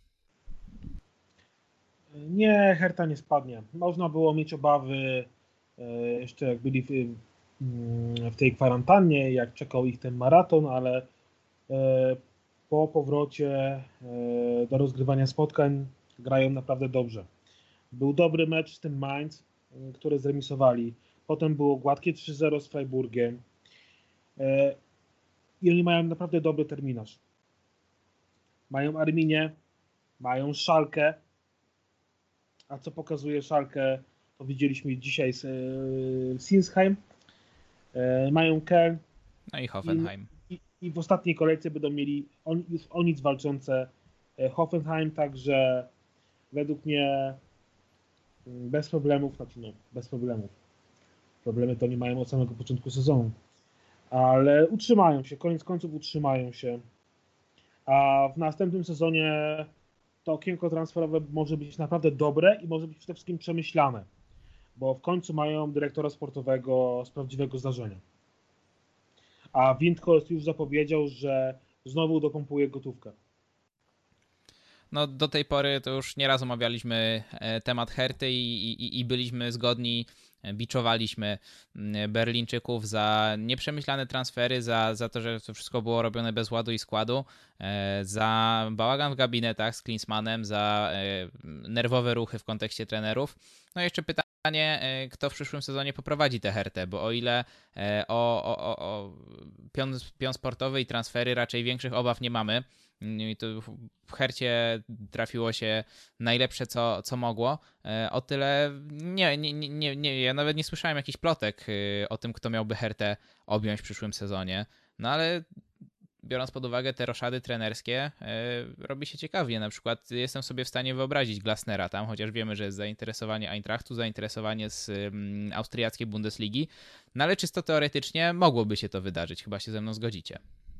[SPEAKER 2] Nie, Hertha nie spadnie. Można było mieć obawy jeszcze jak byli w, w tej kwarantannie, jak czekał ich ten maraton, ale po powrocie do rozgrywania spotkań grają naprawdę dobrze. Był dobry mecz z tym Mainz. które zremisowali. Potem było gładkie trzy zero z Freiburgiem. I oni mają naprawdę dobry terminarz. Mają Arminię, mają Schalke. A co pokazuje Schalke, to widzieliśmy dzisiaj z Sinsheim. Mają Köln.
[SPEAKER 1] No i Hoffenheim.
[SPEAKER 2] I, i, i w ostatniej kolejce będą mieli on, już o nic walczące Hoffenheim, także według mnie bez problemów, znaczy no, bez problemów. Problemy to nie mają od samego początku sezonu. Ale utrzymają się, koniec końców utrzymają się. A w następnym sezonie to okienko transferowe może być naprawdę dobre i może być przede wszystkim przemyślane, bo w końcu mają dyrektora sportowego z prawdziwego zdarzenia. A Windhorst już zapowiedział, że znowu dopompuje gotówkę.
[SPEAKER 1] No do tej pory to już nieraz omawialiśmy temat Herty i, i, i byliśmy zgodni, biczowaliśmy Berlińczyków za nieprzemyślane transfery, za, za to, że to wszystko było robione bez ładu i składu, za bałagan w gabinetach z Klinsmannem, za nerwowe ruchy w kontekście trenerów. No i jeszcze pytanie, kto w przyszłym sezonie poprowadzi tę Hertę, bo o ile o, o, o, o pion, pion sportowy i transfery raczej większych obaw nie mamy, i to w Hercie trafiło się najlepsze, co, co mogło. O tyle nie, nie, nie, nie, ja nawet nie słyszałem jakichś plotek o tym, kto miałby Hertę objąć w przyszłym sezonie. No ale biorąc pod uwagę te roszady trenerskie, robi się ciekawie. Na przykład jestem sobie w stanie wyobrazić Glasnera tam, chociaż wiemy, że jest zainteresowanie Eintrachtu, zainteresowanie z austriackiej Bundesligi. No ale czysto teoretycznie mogłoby się to wydarzyć. Chyba się ze mną zgodzicie.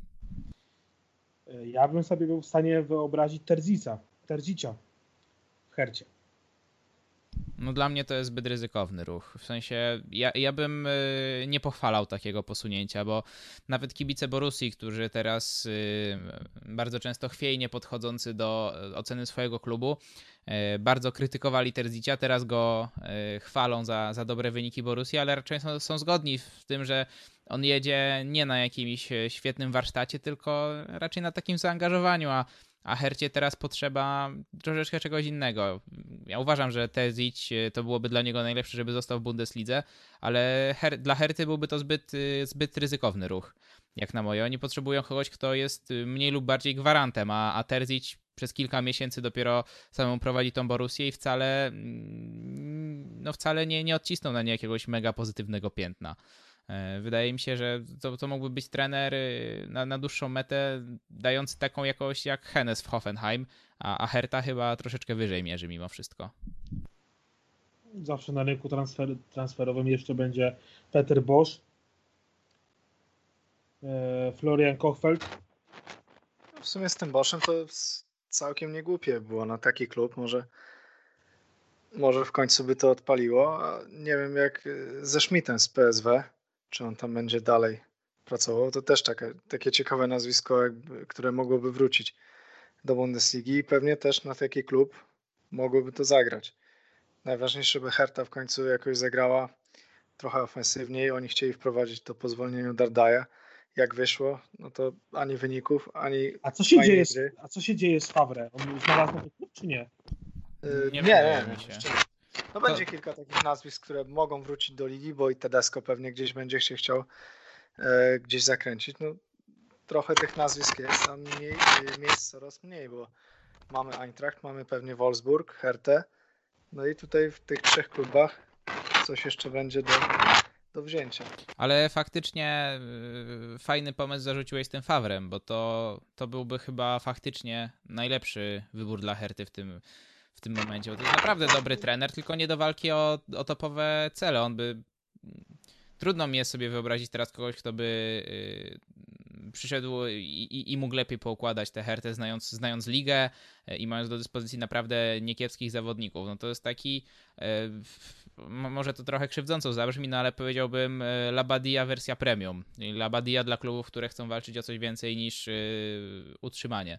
[SPEAKER 2] Ja bym sobie był w stanie wyobrazić Terzica, Terzicia w Hercie.
[SPEAKER 1] No dla mnie to jest zbyt ryzykowny ruch. W sensie ja, ja bym nie pochwalał takiego posunięcia, bo nawet kibice Borussii, którzy teraz bardzo często chwiejnie podchodzący do oceny swojego klubu, bardzo krytykowali Terzicia, teraz go chwalą za, za dobre wyniki Borussii, ale raczej są, są zgodni w tym, że on jedzie nie na jakimś świetnym warsztacie, tylko raczej na takim zaangażowaniu, a A Hercie teraz potrzeba troszeczkę czegoś innego. Ja uważam, że Terzic to byłoby dla niego najlepsze, żeby został w Bundeslidze, ale Her- dla Herty byłby to zbyt, zbyt ryzykowny ruch, jak na moje. Oni potrzebują kogoś, kto jest mniej lub bardziej gwarantem, a, a Terzic przez kilka miesięcy dopiero samemu prowadzi tą Borussię i wcale, no wcale nie, nie odcisnął na nie jakiegoś mega pozytywnego piętna. Wydaje mi się, że to, to mógłby być trener na, na dłuższą metę, dający taką jakość jak Hennes w Hoffenheim, a, a Hertha chyba troszeczkę wyżej mierzy mimo wszystko.
[SPEAKER 2] Zawsze na rynku transfer, transferowym jeszcze będzie Peter Bosz, e, Florian Kohfeldt.
[SPEAKER 3] No w sumie z tym Boszem to całkiem nie głupie było na taki klub. Może, może w końcu by to odpaliło. A nie wiem jak ze Schmidtem z P S W. Czy on tam będzie dalej pracował, to też takie, takie ciekawe nazwisko, jakby, które mogłoby wrócić do Bundesligi i pewnie też na taki klub mogłoby to zagrać. Najważniejsze, żeby Hertha w końcu jakoś zagrała trochę ofensywniej. Oni chcieli wprowadzić to po zwolnieniu Dardaja. Jak wyszło, no to ani wyników, ani
[SPEAKER 2] A co się dzieje
[SPEAKER 3] gry.
[SPEAKER 2] z, a co się dzieje z Favre? On znalazł nowy klub, czy nie?
[SPEAKER 3] Yy,
[SPEAKER 1] Nie
[SPEAKER 3] nie,
[SPEAKER 1] wydaje
[SPEAKER 3] nie,
[SPEAKER 1] mi się.
[SPEAKER 3] jeszcze nie. No to będzie kilka takich nazwisk, które mogą wrócić do ligi, bo i Tedesco pewnie gdzieś będzie się chciał e, gdzieś zakręcić. No, trochę tych nazwisk jest, a mniej, miejsc coraz mniej, bo mamy Eintracht, mamy pewnie Wolfsburg, Hertę, no i tutaj w tych trzech klubach coś jeszcze będzie do, do wzięcia.
[SPEAKER 1] Ale faktycznie yy, fajny pomysł zarzuciłeś z tym Favrem, bo to, to byłby chyba faktycznie najlepszy wybór dla Herty w tym w tym momencie, bo to jest naprawdę dobry trener, tylko nie do walki o, o topowe cele. On by... Trudno mi jest sobie wyobrazić teraz kogoś, kto by yy, przyszedł i, i, i mógł lepiej poukładać tę Hertę, znając, znając ligę yy, i mając do dyspozycji naprawdę niekiepskich zawodników. No to jest taki... Yy, może to trochę krzywdząco zabrzmi, no ale powiedziałbym yy, Labadia wersja premium. Labadia dla klubów, które chcą walczyć o coś więcej niż yy, utrzymanie.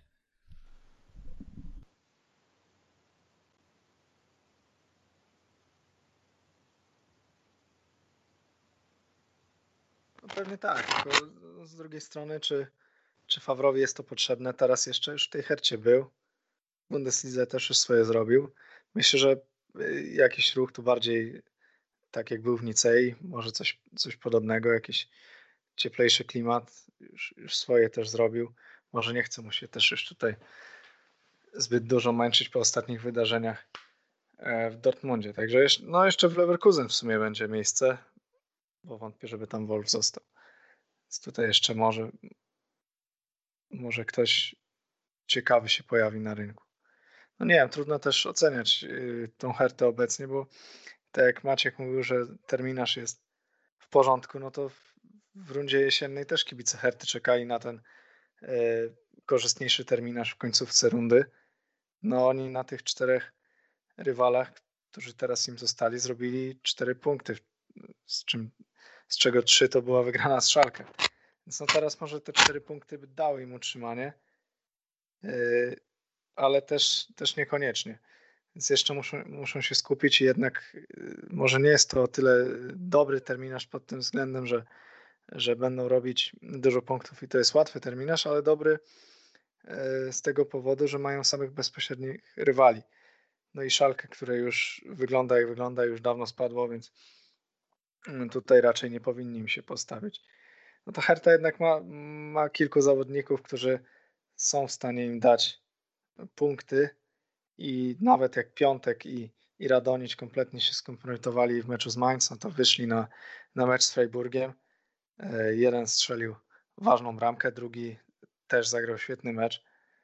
[SPEAKER 3] Pewnie tak, tylko z drugiej strony, czy, czy Favrowi jest to potrzebne? Teraz jeszcze już w tej Hercie był. W Bundeslidze też już swoje zrobił. Myślę, że jakiś ruch tu bardziej tak jak był w Nicei, może coś, coś podobnego, jakiś cieplejszy klimat, już, już swoje też zrobił. Może nie chce mu się też już tutaj zbyt dużo męczyć po ostatnich wydarzeniach w Dortmundzie. Także jeszcze, no jeszcze w Leverkusen w sumie będzie miejsce, bo wątpię, żeby tam Wolf został. Więc tutaj jeszcze może może ktoś ciekawy się pojawi na rynku. No nie wiem, trudno też oceniać yy, tą Hertę obecnie, bo tak jak Maciek mówił, że terminarz jest w porządku, no to w, w rundzie jesiennej też kibice Herty czekali na ten yy, korzystniejszy terminarz w końcówce rundy. No oni na tych czterech rywalach, którzy teraz im zostali, zrobili cztery punkty, z, czym, z czego trzy to była wygrana z Schalke. Więc no teraz może te cztery punkty by dały im utrzymanie, yy, ale też, też niekoniecznie. Więc jeszcze muszą, muszą się skupić i jednak yy, może nie jest to o tyle dobry terminarz pod tym względem, że, że będą robić dużo punktów i to jest łatwy terminarz, ale dobry yy, z tego powodu, że mają samych bezpośrednich rywali. No i Schalke, które już wygląda jak wygląda, już dawno spadło, więc tutaj raczej nie powinni im się postawić. No to Hertha jednak ma, ma kilku zawodników, którzy są w stanie im dać punkty i nawet jak Piątek i, i Radonić kompletnie się skompromitowali w meczu z Mainz, no to wyszli na, na mecz z Freiburgiem. Jeden strzelił ważną bramkę, drugi też zagrał świetny mecz.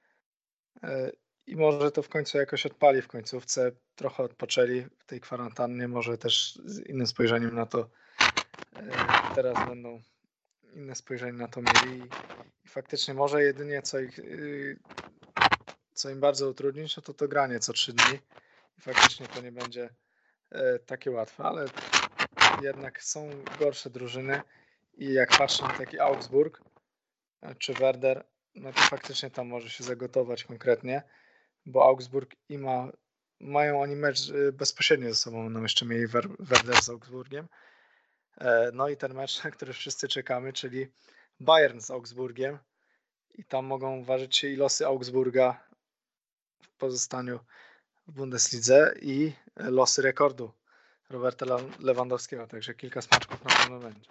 [SPEAKER 3] I może to w końcu jakoś odpali w końcówce. Trochę odpoczęli w tej kwarantannie, może też z innym spojrzeniem na to teraz będą inne spojrzenie na to mieli i, i faktycznie może jedynie co ich yy, co im bardzo utrudni, no to to granie co trzy dni i faktycznie to nie będzie yy, takie łatwe, ale jednak są gorsze drużyny i jak patrzę na taki Augsburg yy, czy Werder, no to faktycznie tam może się zagotować konkretnie, bo Augsburg i ma mają oni mecz yy, bezpośrednio ze sobą, no jeszcze mieli Wer- Werder z Augsburgiem. No i ten mecz, na który wszyscy czekamy, czyli Bayern z Augsburgiem i tam mogą ważyć się i losy Augsburga w pozostaniu w Bundeslidze i losy rekordu Roberta Lewandowskiego, także kilka smaczków na pewno będzie.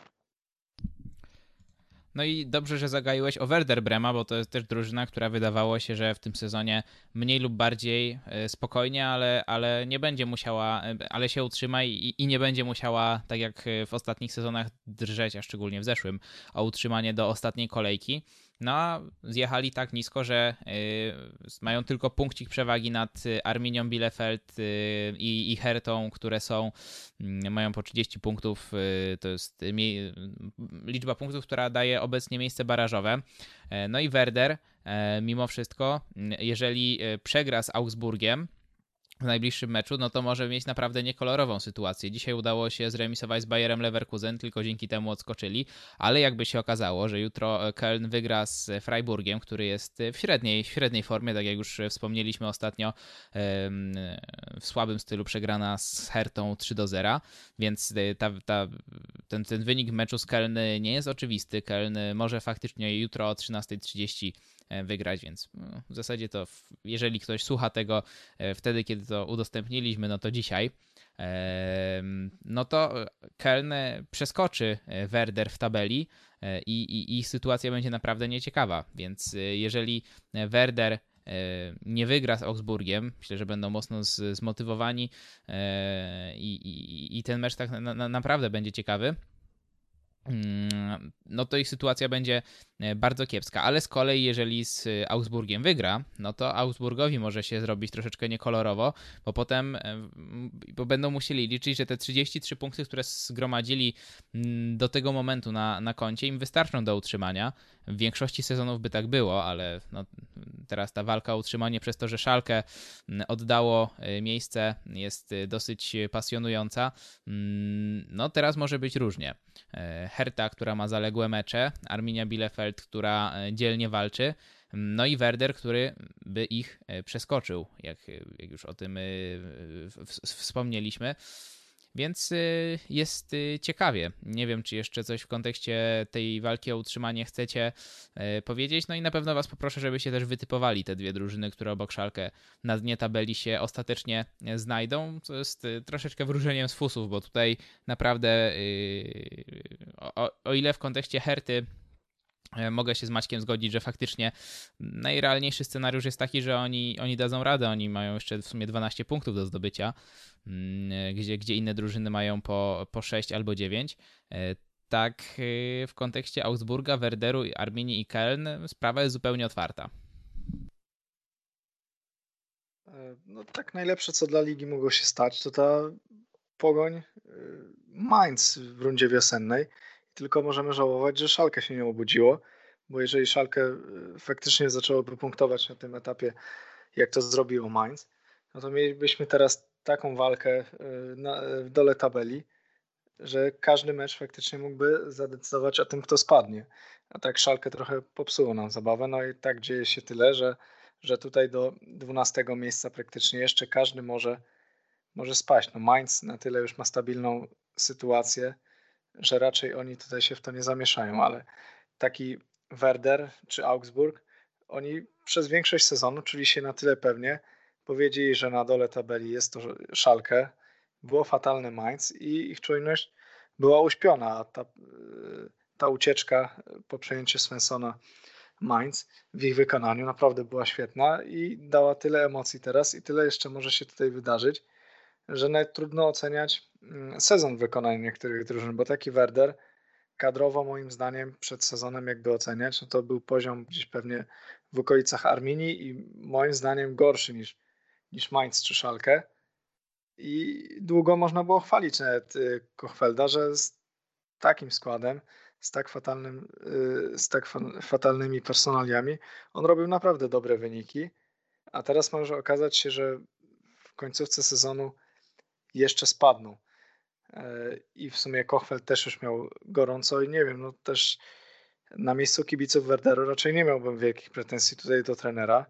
[SPEAKER 1] No i dobrze, że zagaiłeś o Werder Brema, bo to jest też drużyna, która wydawało się, że w tym sezonie mniej lub bardziej spokojnie, ale, ale nie będzie musiała, ale się utrzyma i, i nie będzie musiała, tak jak w ostatnich sezonach, drżeć, a szczególnie w zeszłym, o utrzymanie do ostatniej kolejki. No a zjechali tak nisko, że y, mają tylko punkcik przewagi nad Arminią Bielefeld y, i, i Hertą, które są, y, mają po trzydzieści punktów. Y, to jest mi, liczba punktów, która daje obecnie miejsce barażowe. Y, no i Werder, y, mimo wszystko, y, jeżeli przegra z Augsburgiem w najbliższym meczu, no to może mieć naprawdę niekolorową sytuację. Dzisiaj udało się zremisować z Bayerem Leverkusen, tylko dzięki temu odskoczyli, ale jakby się okazało, że jutro Köln wygra z Freiburgiem, który jest w średniej, w średniej formie, tak jak już wspomnieliśmy ostatnio, w słabym stylu przegrana z Hertą trzy do zera, więc ta, ta, ten, ten wynik meczu z Köln nie jest oczywisty. Köln może faktycznie jutro o trzynasta trzydzieści wygrać, więc w zasadzie to jeżeli ktoś słucha tego wtedy, kiedy to udostępniliśmy, no to dzisiaj, no to Köln przeskoczy Werder w tabeli i, i, i sytuacja będzie naprawdę nieciekawa, więc jeżeli Werder nie wygra z Augsburgiem, myślę, że będą mocno z, zmotywowani i, i, i ten mecz tak na, na, naprawdę będzie ciekawy, no to ich sytuacja będzie bardzo kiepska, ale z kolei jeżeli z Augsburgiem wygra, no to Augsburgowi może się zrobić troszeczkę niekolorowo, bo potem bo będą musieli liczyć, że te trzydzieści trzy punkty, które zgromadzili do tego momentu na, na koncie, im wystarczą do utrzymania. W większości sezonów by tak było, ale no, teraz ta walka o utrzymanie przez to, że Schalke oddało miejsce, jest dosyć pasjonująca. No teraz może być różnie. Hertha, która ma zaległe mecze, Arminia Bielefeld, która dzielnie walczy, no i Werder, który by ich przeskoczył, jak, jak już o tym wspomnieliśmy. Więc jest ciekawie. Nie wiem, czy jeszcze coś w kontekście tej walki o utrzymanie chcecie powiedzieć. No i na pewno was poproszę, żebyście też wytypowali te dwie drużyny, które obok Schalke na dnie tabeli się ostatecznie znajdą, co jest troszeczkę wróżeniem z fusów, bo tutaj naprawdę o, o ile w kontekście Herty mogę się z Maćkiem zgodzić, że faktycznie najrealniejszy scenariusz jest taki, że oni, oni dadzą radę, oni mają jeszcze w sumie dwanaście punktów do zdobycia, gdzie, gdzie inne drużyny mają po, po sześć albo dziewięć. Tak w kontekście Augsburga, Werderu, Arminii i Köln sprawa jest zupełnie otwarta.
[SPEAKER 3] No tak najlepsze, co dla ligi mogło się stać, to ta Pogoń Mainz w rundzie wiosennej. Tylko możemy żałować, że Schalke się nie obudziło, bo jeżeli Schalke faktycznie zaczęłoby punktować na tym etapie, jak to zrobiło Mainz, no to mielibyśmy teraz taką walkę na, w dole tabeli, że każdy mecz faktycznie mógłby zadecydować o tym, kto spadnie. A tak Schalke trochę popsuło nam zabawę, no i tak dzieje się tyle, że, że tutaj do dwunastego miejsca praktycznie jeszcze każdy może, może spaść. No Mainz na tyle już ma stabilną sytuację, że raczej oni tutaj się w to nie zamieszają, ale taki Werder czy Augsburg, oni przez większość sezonu czuli się na tyle pewnie, powiedzieli, że na dole tabeli jest to Schalke, było fatalne Mainz i ich czujność była uśpiona, a ta, ta ucieczka po przejęciu Svenssona Mainz w ich wykonaniu naprawdę była świetna i dała tyle emocji teraz i tyle jeszcze może się tutaj wydarzyć, że nawet trudno oceniać sezon w wykonaniu niektórych drużyn, bo taki Werder kadrowo moim zdaniem przed sezonem jakby oceniać, no to był poziom gdzieś pewnie w okolicach Arminii i moim zdaniem gorszy niż, niż Mainz czy Schalke. I długo można było chwalić nawet Kochfelda, że z takim składem, z tak fatalnym, z tak fatalnymi personaliami on robił naprawdę dobre wyniki, a teraz może okazać się, że w końcówce sezonu jeszcze spadną. I w sumie Kochfeld też już miał gorąco i nie wiem, no też na miejscu kibiców Werderu raczej nie miałbym wielkich pretensji tutaj do trenera,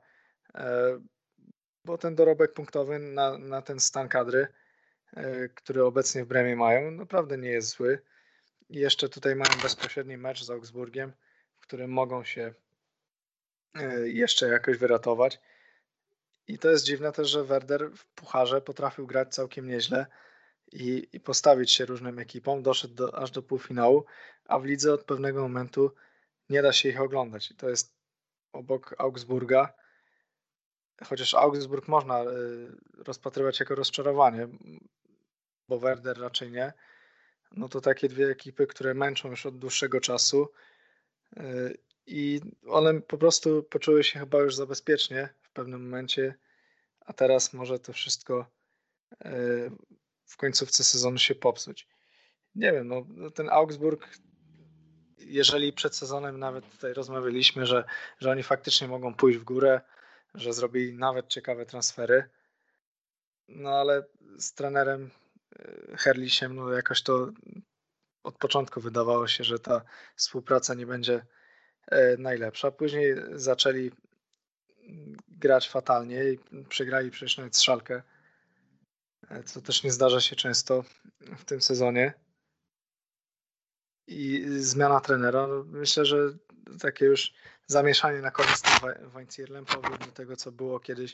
[SPEAKER 3] bo ten dorobek punktowy na, na ten stan kadry, który obecnie w Bremie mają, naprawdę nie jest zły. I jeszcze tutaj mają bezpośredni mecz z Augsburgiem, w którym mogą się jeszcze jakoś wyratować. I to jest dziwne też, że Werder w pucharze potrafił grać całkiem nieźle i, i postawić się różnym ekipom, doszedł do, aż do półfinału, a w lidze od pewnego momentu nie da się ich oglądać. I to jest obok Augsburga, chociaż Augsburg można y, rozpatrywać jako rozczarowanie, bo Werder raczej nie, no to takie dwie ekipy, które męczą już od dłuższego czasu y, i one po prostu poczuły się chyba już za bezpiecznie w pewnym momencie, a teraz może to wszystko y, w końcówce sezonu się popsuć. Nie wiem, no ten Augsburg, jeżeli przed sezonem nawet tutaj rozmawialiśmy, że, że oni faktycznie mogą pójść w górę, że zrobili nawet ciekawe transfery, no ale z trenerem Herlisiem, no jakoś to od początku wydawało się, że ta współpraca nie będzie najlepsza. Później zaczęli grać fatalnie i przegrali przecież nawet z Schalke, co też nie zdarza się często w tym sezonie. I zmiana trenera, no myślę, że takie już zamieszanie na koniec z tym Weinzierlem, powrót do tego, co było kiedyś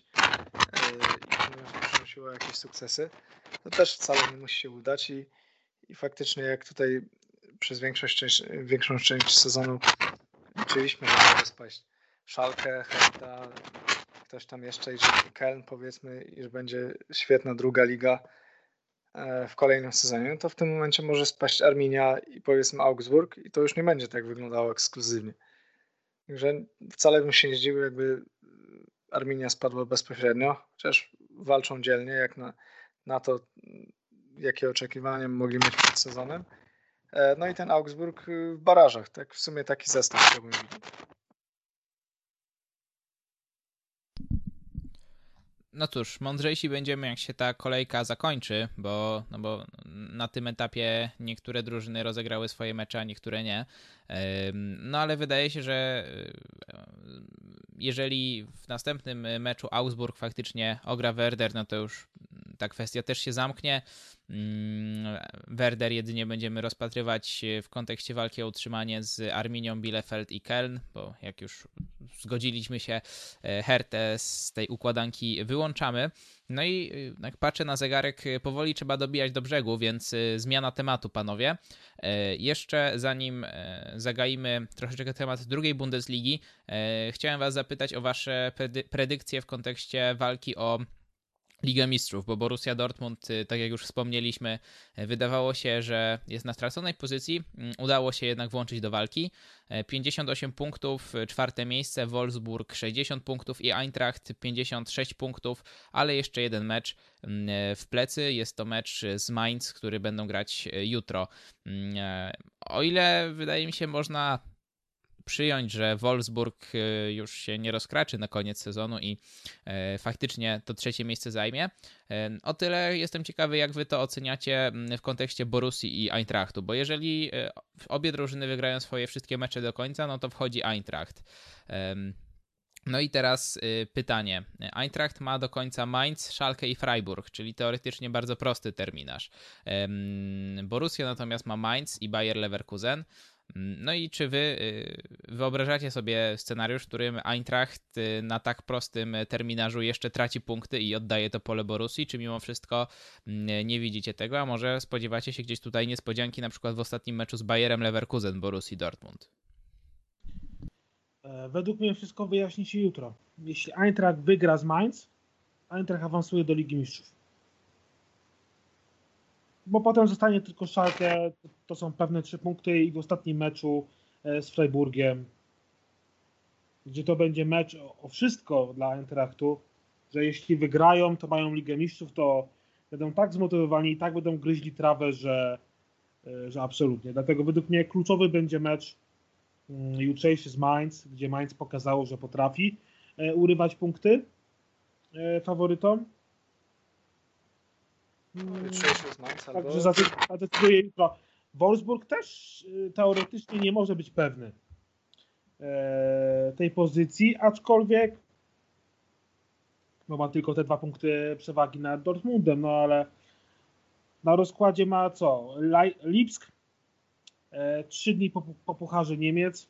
[SPEAKER 3] i przynosiło jakieś sukcesy, to też wcale nie musi się udać i, i faktycznie jak tutaj przez większość, część, większą część sezonu liczyliśmy, że może spaść Schalke, Hertha, ktoś tam jeszcze i że Köln powiedzmy i że będzie świetna druga liga w kolejnym sezonie, to w tym momencie może spaść Arminia i powiedzmy Augsburg i to już nie będzie tak wyglądało ekskluzywnie. Także wcale bym się nie zdziwił, jakby Arminia spadła bezpośrednio, chociaż walczą dzielnie jak na, na to, jakie oczekiwania mogli mieć przed sezonem. No i ten Augsburg w barażach, tak w sumie taki zestaw chciałbym widzieć.
[SPEAKER 1] No cóż, mądrzejsi będziemy, jak się ta kolejka zakończy, bo, no bo na tym etapie niektóre drużyny rozegrały swoje mecze, a niektóre nie. No ale wydaje się, że jeżeli w następnym meczu Augsburg faktycznie ogra Werder, no to już ta kwestia też się zamknie. Werder jedynie będziemy rozpatrywać w kontekście walki o utrzymanie z Arminią Bielefeld i Köln, bo jak już zgodziliśmy się, Hertę z tej układanki wyłączamy. No i jak patrzę na zegarek, powoli trzeba dobijać do brzegu, więc zmiana tematu, panowie. Jeszcze zanim zagaimy troszeczkę temat drugiej Bundesligi, chciałem was zapytać o wasze predykcje w kontekście walki o Ligę Mistrzów, bo Borussia Dortmund, tak jak już wspomnieliśmy, wydawało się, że jest na straconej pozycji, udało się jednak włączyć do walki. pięćdziesiąt osiem punktów, czwarte miejsce, Wolfsburg sześćdziesiąt punktów i Eintracht pięćdziesiąt sześć punktów, ale jeszcze jeden mecz w plecy, jest to mecz z Mainz, który będą grać jutro. O ile wydaje mi się można przyjąć, że Wolfsburg już się nie rozkraczy na koniec sezonu i faktycznie to trzecie miejsce zajmie. O tyle jestem ciekawy, jak wy to oceniacie w kontekście Borussii i Eintrachtu, bo jeżeli obie drużyny wygrają swoje wszystkie mecze do końca, no to wchodzi Eintracht. No i teraz pytanie. Eintracht ma do końca Mainz, Schalke i Freiburg, czyli teoretycznie bardzo prosty terminarz. Borussia natomiast ma Mainz i Bayer Leverkusen. No i czy wy wyobrażacie sobie scenariusz, w którym Eintracht na tak prostym terminarzu jeszcze traci punkty i oddaje to pole Borussii, czy mimo wszystko nie widzicie tego, a może spodziewacie się gdzieś tutaj niespodzianki, na przykład w ostatnim meczu z Bayerem Leverkusen, Borussii Dortmund?
[SPEAKER 2] Według mnie wszystko wyjaśni się jutro. Jeśli Eintracht wygra z Mainz, Eintracht awansuje do Ligi Mistrzów. Bo potem zostanie tylko Schalke, to są pewne trzy punkty i w ostatnim meczu z Freiburgiem, gdzie to będzie mecz o wszystko dla Eintrachtu, że jeśli wygrają, to mają Ligę Mistrzów, to będą tak zmotywowani i tak będą gryźli trawę, że, że absolutnie. Dlatego według mnie kluczowy będzie mecz jutrzejszy z Mainz, gdzie Mainz pokazało, że potrafi urywać punkty faworytom.
[SPEAKER 3] Jutrzejszy z Mainz albo...
[SPEAKER 2] Także zadecyduje jutro. Wolfsburg też teoretycznie nie może być pewny tej pozycji, aczkolwiek no ma tylko te dwa punkty przewagi nad Dortmundem, no ale na rozkładzie ma co? Lipsk, trzy dni po, po pucharze Niemiec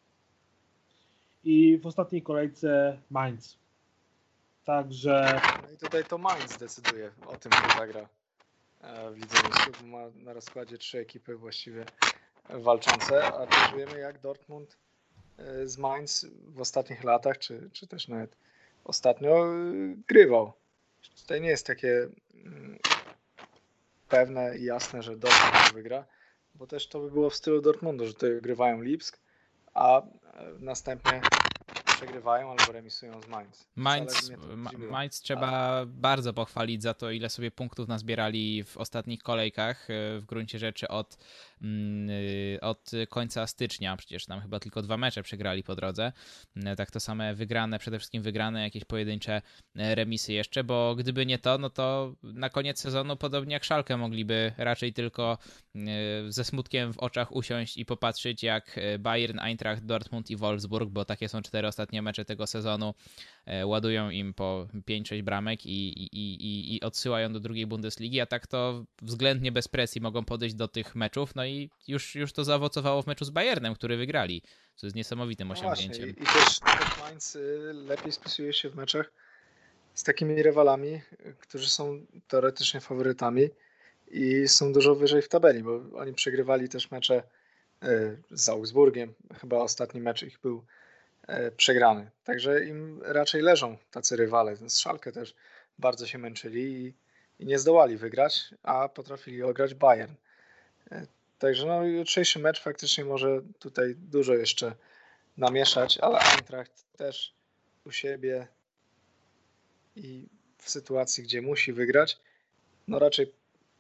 [SPEAKER 2] i w ostatniej kolejce Mainz. Także...
[SPEAKER 3] No i tutaj to Mainz decyduje o tym, kto zagra w Lidze Mistrzów. Ma na rozkładzie trzy ekipy właściwie walczące, a też wiemy, jak Dortmund z Mainz w ostatnich latach, czy, czy też nawet ostatnio grywał. Tutaj nie jest takie pewne i jasne, że Dortmund wygra, bo też to by było w stylu Dortmundu, że tutaj grywają Lipsk, a następnie przegrywają albo remisują z Mainz.
[SPEAKER 1] Mainz, Mainz trzeba bardzo pochwalić za to, ile sobie punktów nazbierali w ostatnich kolejkach, w gruncie rzeczy od, od końca stycznia, przecież tam chyba tylko dwa mecze przegrali po drodze, tak to same wygrane, przede wszystkim wygrane, jakieś pojedyncze remisy jeszcze, bo gdyby nie to, no to na koniec sezonu podobnie jak Schalke mogliby raczej tylko ze smutkiem w oczach usiąść i popatrzeć, jak Bayern, Eintracht, Dortmund i Wolfsburg, bo takie są cztery ostatnie mecze tego sezonu, ładują im po pięć sześć bramek i, i, i, i odsyłają do drugiej Bundesligi, a tak to względnie bez presji mogą podejść do tych meczów, no i już, już to zaowocowało w meczu z Bayernem, który wygrali, co jest niesamowitym osiągnięciem.
[SPEAKER 3] No właśnie, i, i też, też Mainz lepiej spisuje się w meczach z takimi rywalami, którzy są teoretycznie faworytami i są dużo wyżej w tabeli, bo oni przegrywali też mecze z Augsburgiem, chyba ostatni mecz ich był przegrany. Także im raczej leżą tacy rywale. Z Schalke też bardzo się męczyli i, i nie zdołali wygrać, a potrafili ograć Bayern. Także no, jutrzejszy mecz faktycznie może tutaj dużo jeszcze namieszać, ale Eintracht też u siebie i w sytuacji, gdzie musi wygrać, no raczej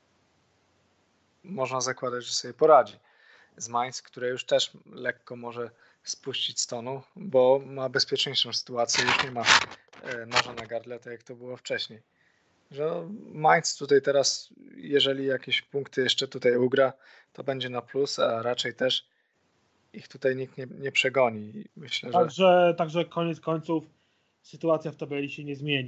[SPEAKER 3] można zakładać, że sobie poradzi z Mainz, które już też lekko może spuścić z tonu, bo ma bezpieczniejszą sytuację, już nie ma noża na gardle, tak jak to było wcześniej. Że Mainz tutaj teraz, jeżeli jakieś punkty jeszcze tutaj ugra, to będzie na plus, a raczej też ich tutaj nikt nie, nie przegoni. Myślę,
[SPEAKER 2] także, że... także koniec końców sytuacja w tabeli się nie zmieni.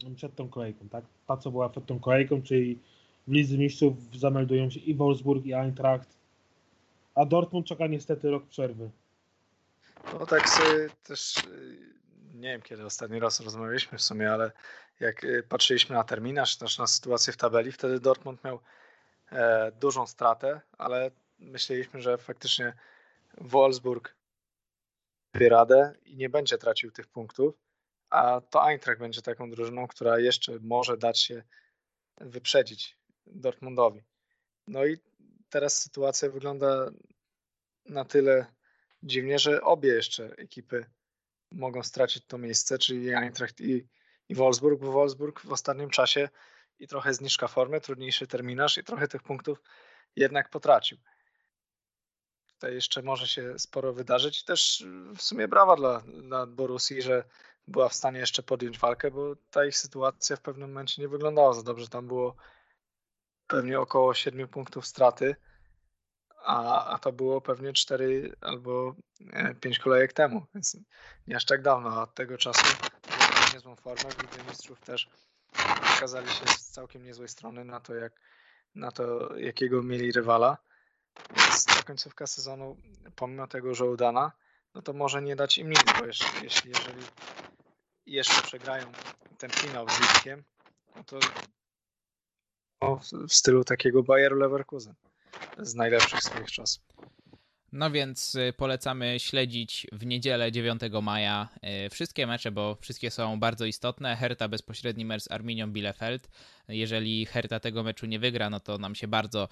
[SPEAKER 2] przed tą kolejką, tak? Ta, co była przed tą kolejką, czyli w Lidze Mistrzów zameldują się i Wolfsburg, i Eintracht, a Dortmund czeka niestety rok przerwy.
[SPEAKER 3] No tak sobie też, nie wiem kiedy ostatni raz rozmawialiśmy w sumie, ale jak patrzyliśmy na terminarz, też na sytuację w tabeli, wtedy Dortmund miał e, dużą stratę, ale myśleliśmy, że faktycznie Wolfsburg sobie radę i nie będzie tracił tych punktów, a to Eintracht będzie taką drużyną, która jeszcze może dać się wyprzedzić Dortmundowi. No i teraz sytuacja wygląda na tyle dziwnie, że obie jeszcze ekipy mogą stracić to miejsce, czyli Eintracht i, i Wolfsburg, bo Wolfsburg w ostatnim czasie i trochę zniżka formy, trudniejszy terminarz i trochę tych punktów jednak potracił. Tutaj jeszcze może się sporo wydarzyć. Też w sumie brawa dla, dla Borussii, że była w stanie jeszcze podjąć walkę, bo ta ich sytuacja w pewnym momencie nie wyglądała za dobrze. Tam było pewnie około siedmiu punktów straty, a, a to było pewnie cztery albo pięć kolejek temu, więc nie aż tak dawno, a od tego czasu mieli niezłą formę. W Lidze Mistrzów też pokazali się z całkiem niezłej strony na to, jak, na to jakiego mieli rywala. Więc ta końcówka sezonu, pomimo tego, że udana, no to może nie dać im nic, bo jeśli, jeśli jeżeli jeszcze przegrają ten finał z Lipskiem, no to no, w stylu takiego Bayeru Leverkusen z najlepszych swoich czasów.
[SPEAKER 1] No więc polecamy śledzić w niedzielę dziewiątego maja wszystkie mecze, bo wszystkie są bardzo istotne. Hertha bezpośredni mecz z Arminią Bielefeld. Jeżeli Hertha tego meczu nie wygra, no to nam się bardzo,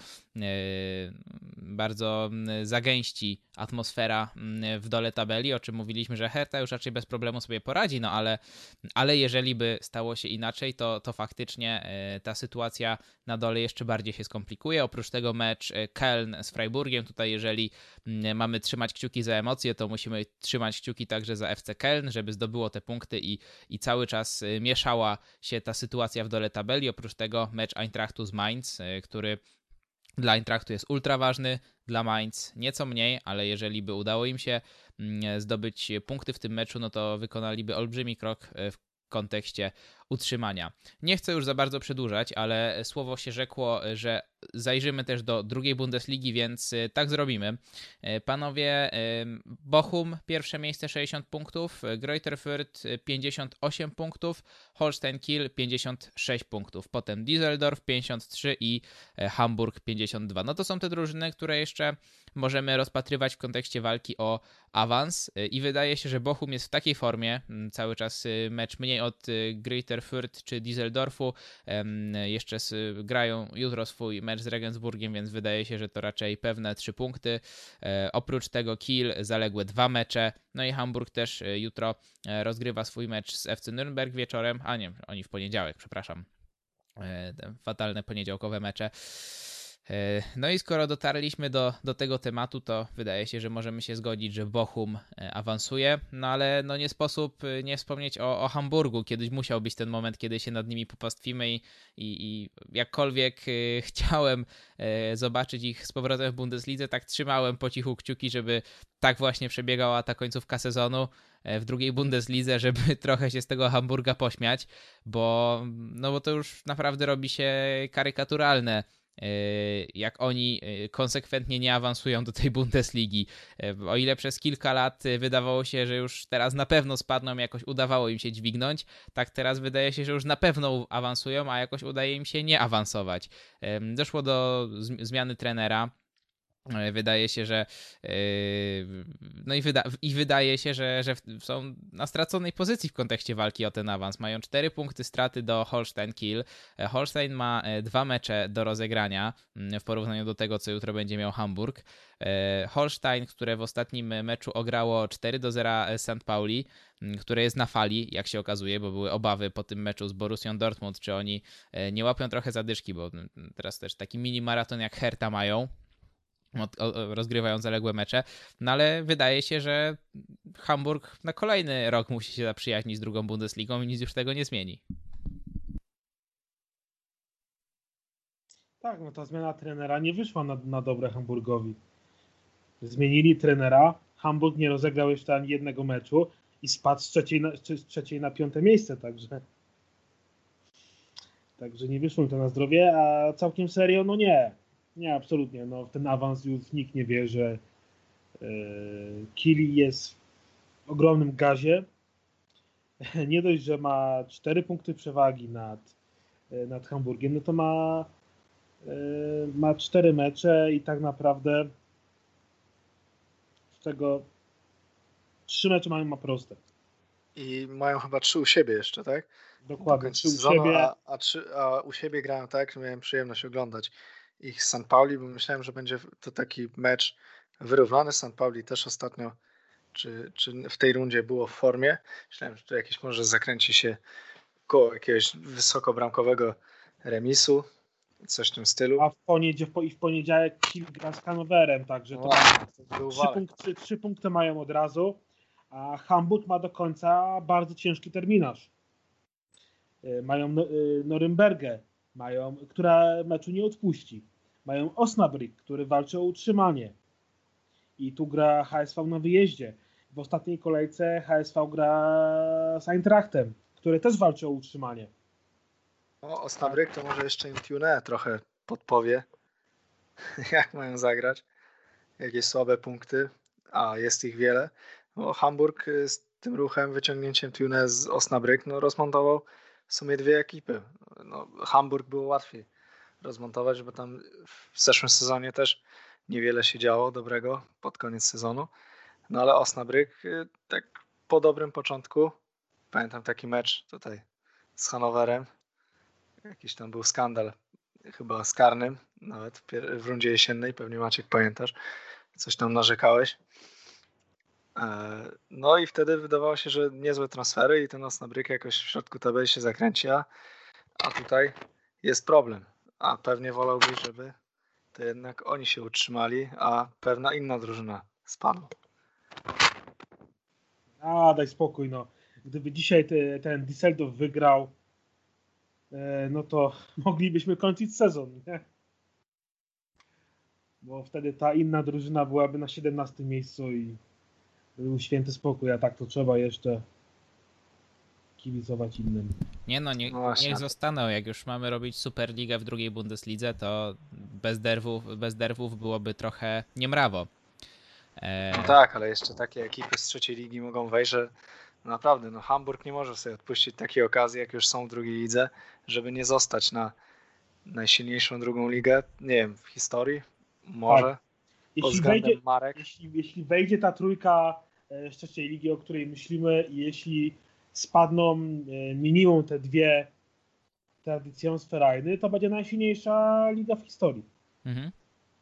[SPEAKER 1] bardzo zagęści atmosfera w dole tabeli, o czym mówiliśmy, że Hertha już raczej bez problemu sobie poradzi, no ale, ale jeżeli by stało się inaczej, to, to faktycznie ta sytuacja na dole jeszcze bardziej się skomplikuje. Oprócz tego mecz Köln z Freiburgiem, tutaj jeżeli mamy trzymać kciuki za emocje, to musimy trzymać kciuki także za F C Köln, żeby zdobyło te punkty i, i cały czas mieszała się ta sytuacja w dole tabeli. Oprócz tego mecz Eintrachtu z Mainz, który dla Eintrachtu jest ultra ważny, dla Mainz nieco mniej, ale jeżeli by udało im się zdobyć punkty w tym meczu, no to wykonaliby olbrzymi krok w kontekście utrzymania. Nie chcę już za bardzo przedłużać, ale słowo się rzekło, że zajrzymy też do drugiej Bundesligi, więc tak zrobimy. Panowie, Bochum pierwsze miejsce sześćdziesiąt punktów, Greuther Fürth pięćdziesiąt osiem punktów, Holstein Kiel pięćdziesiąt sześć punktów, potem Düsseldorf pięćdziesiąt trzy i Hamburg pięćdziesiąt dwa. No to są te drużyny, które jeszcze możemy rozpatrywać w kontekście walki o awans i wydaje się, że Bochum jest w takiej formie, cały czas mecz mniej od Greuther Fürth czy Düsseldorfu, jeszcze grają jutro swój mecz z Regensburgiem, więc wydaje się, że to raczej pewne trzy punkty. Oprócz tego Kiel zaległe dwa mecze, no i Hamburg też jutro rozgrywa swój mecz z F C Nürnberg wieczorem, a nie, oni w poniedziałek, przepraszam, te fatalne poniedziałkowe mecze. No i skoro dotarliśmy do, do tego tematu, to wydaje się, że możemy się zgodzić, że Bochum awansuje, no ale no nie sposób nie wspomnieć o, o Hamburgu. Kiedyś musiał być ten moment, kiedy się nad nimi popastwimy i, i, i jakkolwiek chciałem zobaczyć ich z powrotem w Bundeslidze, tak trzymałem po cichu kciuki, żeby tak właśnie przebiegała ta końcówka sezonu w drugiej Bundeslidze, żeby trochę się z tego Hamburga pośmiać, bo, no bo to już naprawdę robi się karykaturalne, jak oni konsekwentnie nie awansują do tej Bundesligi. O ile przez kilka lat wydawało się, że już teraz na pewno spadną, jakoś udawało im się dźwignąć, tak teraz wydaje się, że już na pewno awansują, a jakoś udaje im się nie awansować. Doszło do zmiany trenera. Wydaje się, że no i, wyda, i wydaje się, że, że są na straconej pozycji w kontekście walki o ten awans. Mają cztery punkty straty do Holstein Kiel. Holstein ma dwa mecze do rozegrania w porównaniu do tego, co jutro będzie miał Hamburg. Holstein, które w ostatnim meczu ograło cztery do zera Sankt Pauli, które jest na fali, jak się okazuje, bo były obawy po tym meczu z Borussią Dortmund, czy oni nie łapią trochę zadyszki, bo teraz też taki mini maraton jak Hertha mają, rozgrywają zaległe mecze, no ale wydaje się, że Hamburg na kolejny rok musi się zaprzyjaźnić z drugą Bundesligą i nic już tego nie zmieni.
[SPEAKER 2] Tak, no ta zmiana trenera nie wyszła na, na dobre Hamburgowi. Zmienili trenera, Hamburg nie rozegrał jeszcze ani jednego meczu i spadł z trzeciej na, z trzeciej na piąte miejsce, także Także nie wyszło mi to na zdrowie, a całkiem serio, no nie. Nie, absolutnie. No, w ten awans już nikt nie wierzy. Kili jest w ogromnym gazie. Nie dość, że ma cztery punkty przewagi nad, nad Hamburgiem, no to ma, ma cztery mecze i tak naprawdę z czego trzy mecze mają ma proste.
[SPEAKER 3] I mają chyba trzy u siebie jeszcze, tak?
[SPEAKER 2] Dokładnie,
[SPEAKER 3] trzy u siebie. A, a, trzy, a u siebie grają tak, że miałem przyjemność oglądać ich z San Pauli, bo myślałem, że będzie to taki mecz wyrównany. San Pauli też ostatnio, czy, czy w tej rundzie było w formie. Myślałem, że to jakieś może zakręci się koło jakiegoś wysokobramkowego remisu, coś w tym stylu.
[SPEAKER 2] A w, poniedzie- w poniedziałek Kiel gra z Hannoverem, także to
[SPEAKER 3] wow,
[SPEAKER 2] trzy, punkty, trzy punkty mają od razu, a Hamburg ma do końca bardzo ciężki terminarz. Mają Norymbergę, mają, która meczu nie odpuści. Mają Osnabrück, który walczy o utrzymanie. I tu gra H S V na wyjeździe. W ostatniej kolejce H S V gra z Eintrachtem, który też walczy o utrzymanie.
[SPEAKER 3] O, Osnabrück to może jeszcze im Tune trochę podpowie, jak mają zagrać. Jakieś słabe punkty, a jest ich wiele. Bo Hamburg z tym ruchem, wyciągnięciem Tune z Osnabrück, no rozmontował w sumie dwie ekipy. No, Hamburg było łatwiej rozmontować, bo tam w zeszłym sezonie też niewiele się działo dobrego pod koniec sezonu. No ale Osnabrück tak po dobrym początku, pamiętam taki mecz tutaj z Hannoverem, jakiś tam był skandal, chyba z karnym, nawet w rundzie jesiennej, pewnie Maciek pamiętasz, coś tam narzekałeś. No i wtedy wydawało się, że niezłe transfery i ten Osnabrück jakoś w środku tabeli się zakręci, a, a tutaj jest problem. A pewnie wolałbyś, żeby to jednak oni się utrzymali, a pewna inna drużyna spadła.
[SPEAKER 2] A, daj spokój, no. Gdyby dzisiaj te, ten Düsseldorf wygrał, no to moglibyśmy kończyć sezon, nie? Bo wtedy ta inna drużyna byłaby na siedemnastym miejscu i był święty spokój, a tak to trzeba jeszcze kibicować innym.
[SPEAKER 1] Nie no, nie,
[SPEAKER 3] No
[SPEAKER 1] niech zostaną. Jak już mamy robić Superligę w drugiej Bundeslidze, to bez derwów, bez derwów byłoby trochę niemrawo.
[SPEAKER 3] E... No tak, ale jeszcze takie ekipy z trzeciej ligi mogą wejść, że naprawdę, no Hamburg nie może sobie odpuścić takiej okazji, jak już są w drugiej lidze, żeby nie zostać na najsilniejszą drugą ligę, nie wiem, w historii, może, tak.
[SPEAKER 2] Jeśli wejdzie, marek. Jeśli, jeśli wejdzie ta trójka z trzeciej ligi, o której myślimy, i jeśli spadną minimum te dwie Traditionsvereiny, to będzie najsilniejsza liga w historii. Mhm.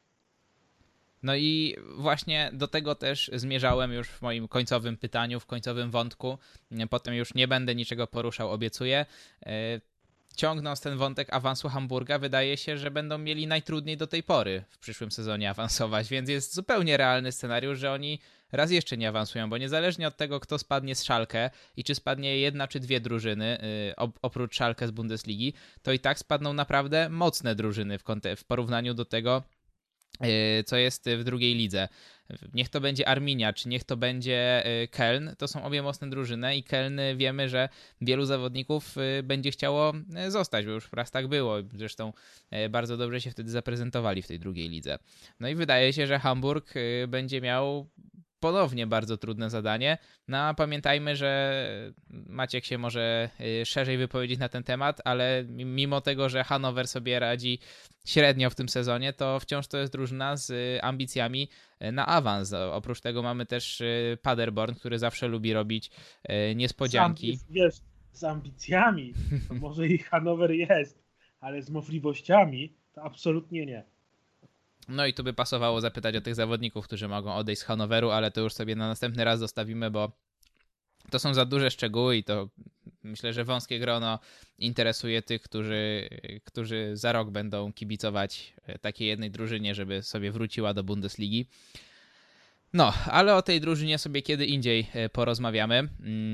[SPEAKER 1] No i właśnie do tego też zmierzałem już w moim końcowym pytaniu, w końcowym wątku. Potem już nie będę niczego poruszał, obiecuję. Ciągnąc ten wątek awansu Hamburga, wydaje się, że będą mieli najtrudniej do tej pory w przyszłym sezonie awansować, więc jest zupełnie realny scenariusz, że oni raz jeszcze nie awansują, bo niezależnie od tego, kto spadnie z Schalke i czy spadnie jedna czy dwie drużyny, yy, oprócz Schalke z Bundesligi, to i tak spadną naprawdę mocne drużyny w, kont- w porównaniu do tego, co jest w drugiej lidze. Niech to będzie Arminia, czy niech to będzie Köln, to są obie mocne drużyny i Köln wiemy, że wielu zawodników będzie chciało zostać, bo już raz tak było. Zresztą bardzo dobrze się wtedy zaprezentowali w tej drugiej lidze. No i wydaje się, że Hamburg będzie miał ponownie bardzo trudne zadanie. No a pamiętajmy, że Maciek się może szerzej wypowiedzieć na ten temat, ale mimo tego, że Hannover sobie radzi średnio w tym sezonie, to wciąż to jest drużyna z ambicjami na awans. Oprócz tego mamy też Paderborn, który zawsze lubi robić niespodzianki.
[SPEAKER 2] Z ambic- wiesz, z ambicjami to może i Hannover jest, ale z możliwościami to absolutnie nie.
[SPEAKER 1] No i tu by pasowało zapytać o tych zawodników, którzy mogą odejść z Hannoveru, ale to już sobie na następny raz zostawimy, bo to są za duże szczegóły i to myślę, że wąskie grono interesuje tych, którzy, którzy za rok będą kibicować takiej jednej drużynie, żeby sobie wróciła do Bundesligi. No, ale o tej drużynie sobie kiedy indziej porozmawiamy.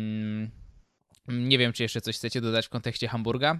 [SPEAKER 1] Nie wiem, czy jeszcze coś chcecie dodać w kontekście Hamburga?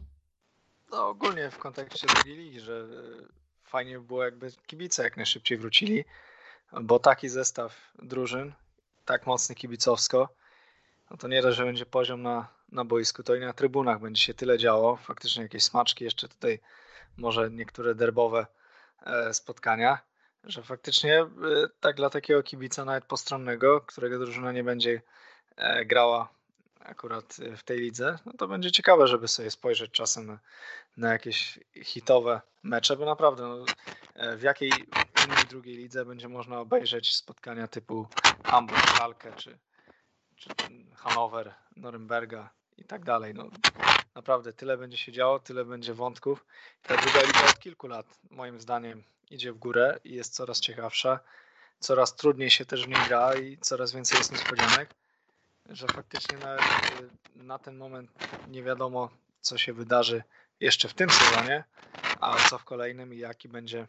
[SPEAKER 3] No ogólnie w kontekście drugiej ligi, że fajnie by było, jakby kibice jak najszybciej wrócili, bo taki zestaw drużyn, tak mocny kibicowsko, no to nie dość, że będzie poziom na, na boisku, to i na trybunach będzie się tyle działo. Faktycznie jakieś smaczki, jeszcze tutaj może niektóre derbowe e, spotkania, że faktycznie e, tak dla takiego kibica nawet postronnego, którego drużyna nie będzie e, grała akurat w tej lidze, no to będzie ciekawe, żeby sobie spojrzeć czasem na, na jakieś hitowe mecze, bo naprawdę no, e, w jakiej innej drugiej lidze będzie można obejrzeć spotkania typu Hamburg, Schalke czy, czy Hannover, Norymberga i tak dalej. No, naprawdę tyle będzie się działo, tyle będzie wątków. Ta druga liga od kilku lat moim zdaniem idzie w górę i jest coraz ciekawsza. Coraz trudniej się też w niej gra i coraz więcej jest niespodzianek, że faktycznie na, na ten moment nie wiadomo, co się wydarzy jeszcze w tym sezonie, a co w kolejnym i jaki będzie,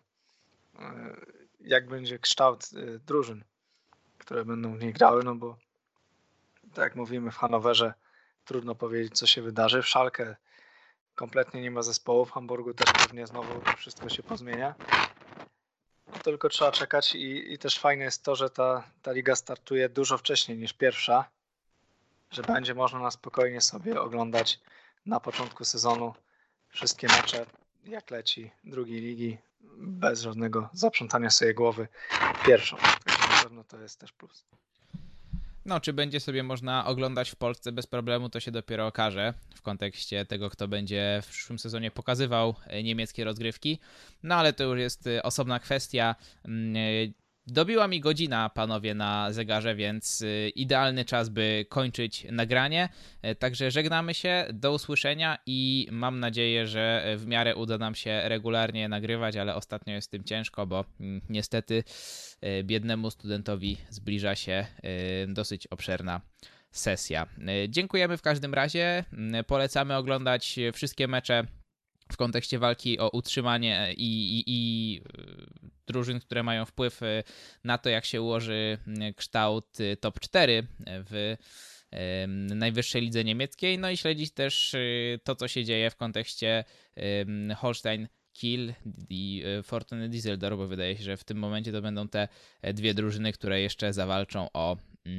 [SPEAKER 3] jak będzie kształt drużyn, które będą w niej grały, no bo tak jak mówimy, w Hanowerze trudno powiedzieć, co się wydarzy. W Schalke kompletnie nie ma zespołu, w Hamburgu też pewnie znowu wszystko się pozmienia. No, tylko trzeba czekać i, i też fajne jest to, że ta, ta liga startuje dużo wcześniej niż pierwsza, że będzie można na spokojnie sobie oglądać na początku sezonu wszystkie mecze, jak leci drugiej ligi, bez żadnego zaprzątania sobie głowy pierwszą. Także na pewno to jest też plus.
[SPEAKER 1] No, czy będzie sobie można oglądać w Polsce bez problemu, to się dopiero okaże w kontekście tego, kto będzie w przyszłym sezonie pokazywał niemieckie rozgrywki. No, ale to już jest osobna kwestia. Dobiła mi godzina, panowie, na zegarze, więc idealny czas, by kończyć nagranie. Także żegnamy się, do usłyszenia i mam nadzieję, że w miarę uda nam się regularnie nagrywać, ale ostatnio jest z tym ciężko, bo niestety biednemu studentowi zbliża się dosyć obszerna sesja. Dziękujemy w każdym razie. Polecamy oglądać wszystkie mecze w kontekście walki o utrzymanie i, i, i drużyn, które mają wpływ na to, jak się ułoży kształt top cztery w najwyższej lidze niemieckiej, no i śledzić też to, co się dzieje w kontekście Holstein Kiel i Fortuna Düsseldorf, bo wydaje się, że w tym momencie to będą te dwie drużyny, które jeszcze zawalczą o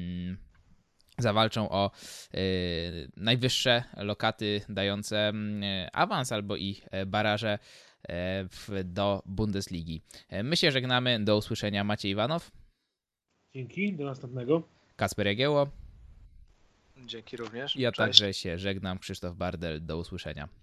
[SPEAKER 1] zawalczą o y, najwyższe lokaty dające y, awans albo i baraże y, w, do Bundesligi. My się żegnamy, do usłyszenia. Maciej Iwanow.
[SPEAKER 2] Dzięki, do następnego.
[SPEAKER 1] Kasper Jagiełło.
[SPEAKER 3] Dzięki również.
[SPEAKER 1] Ja
[SPEAKER 3] Cześć.
[SPEAKER 1] także się żegnam, Krzysztof Bardel, do usłyszenia.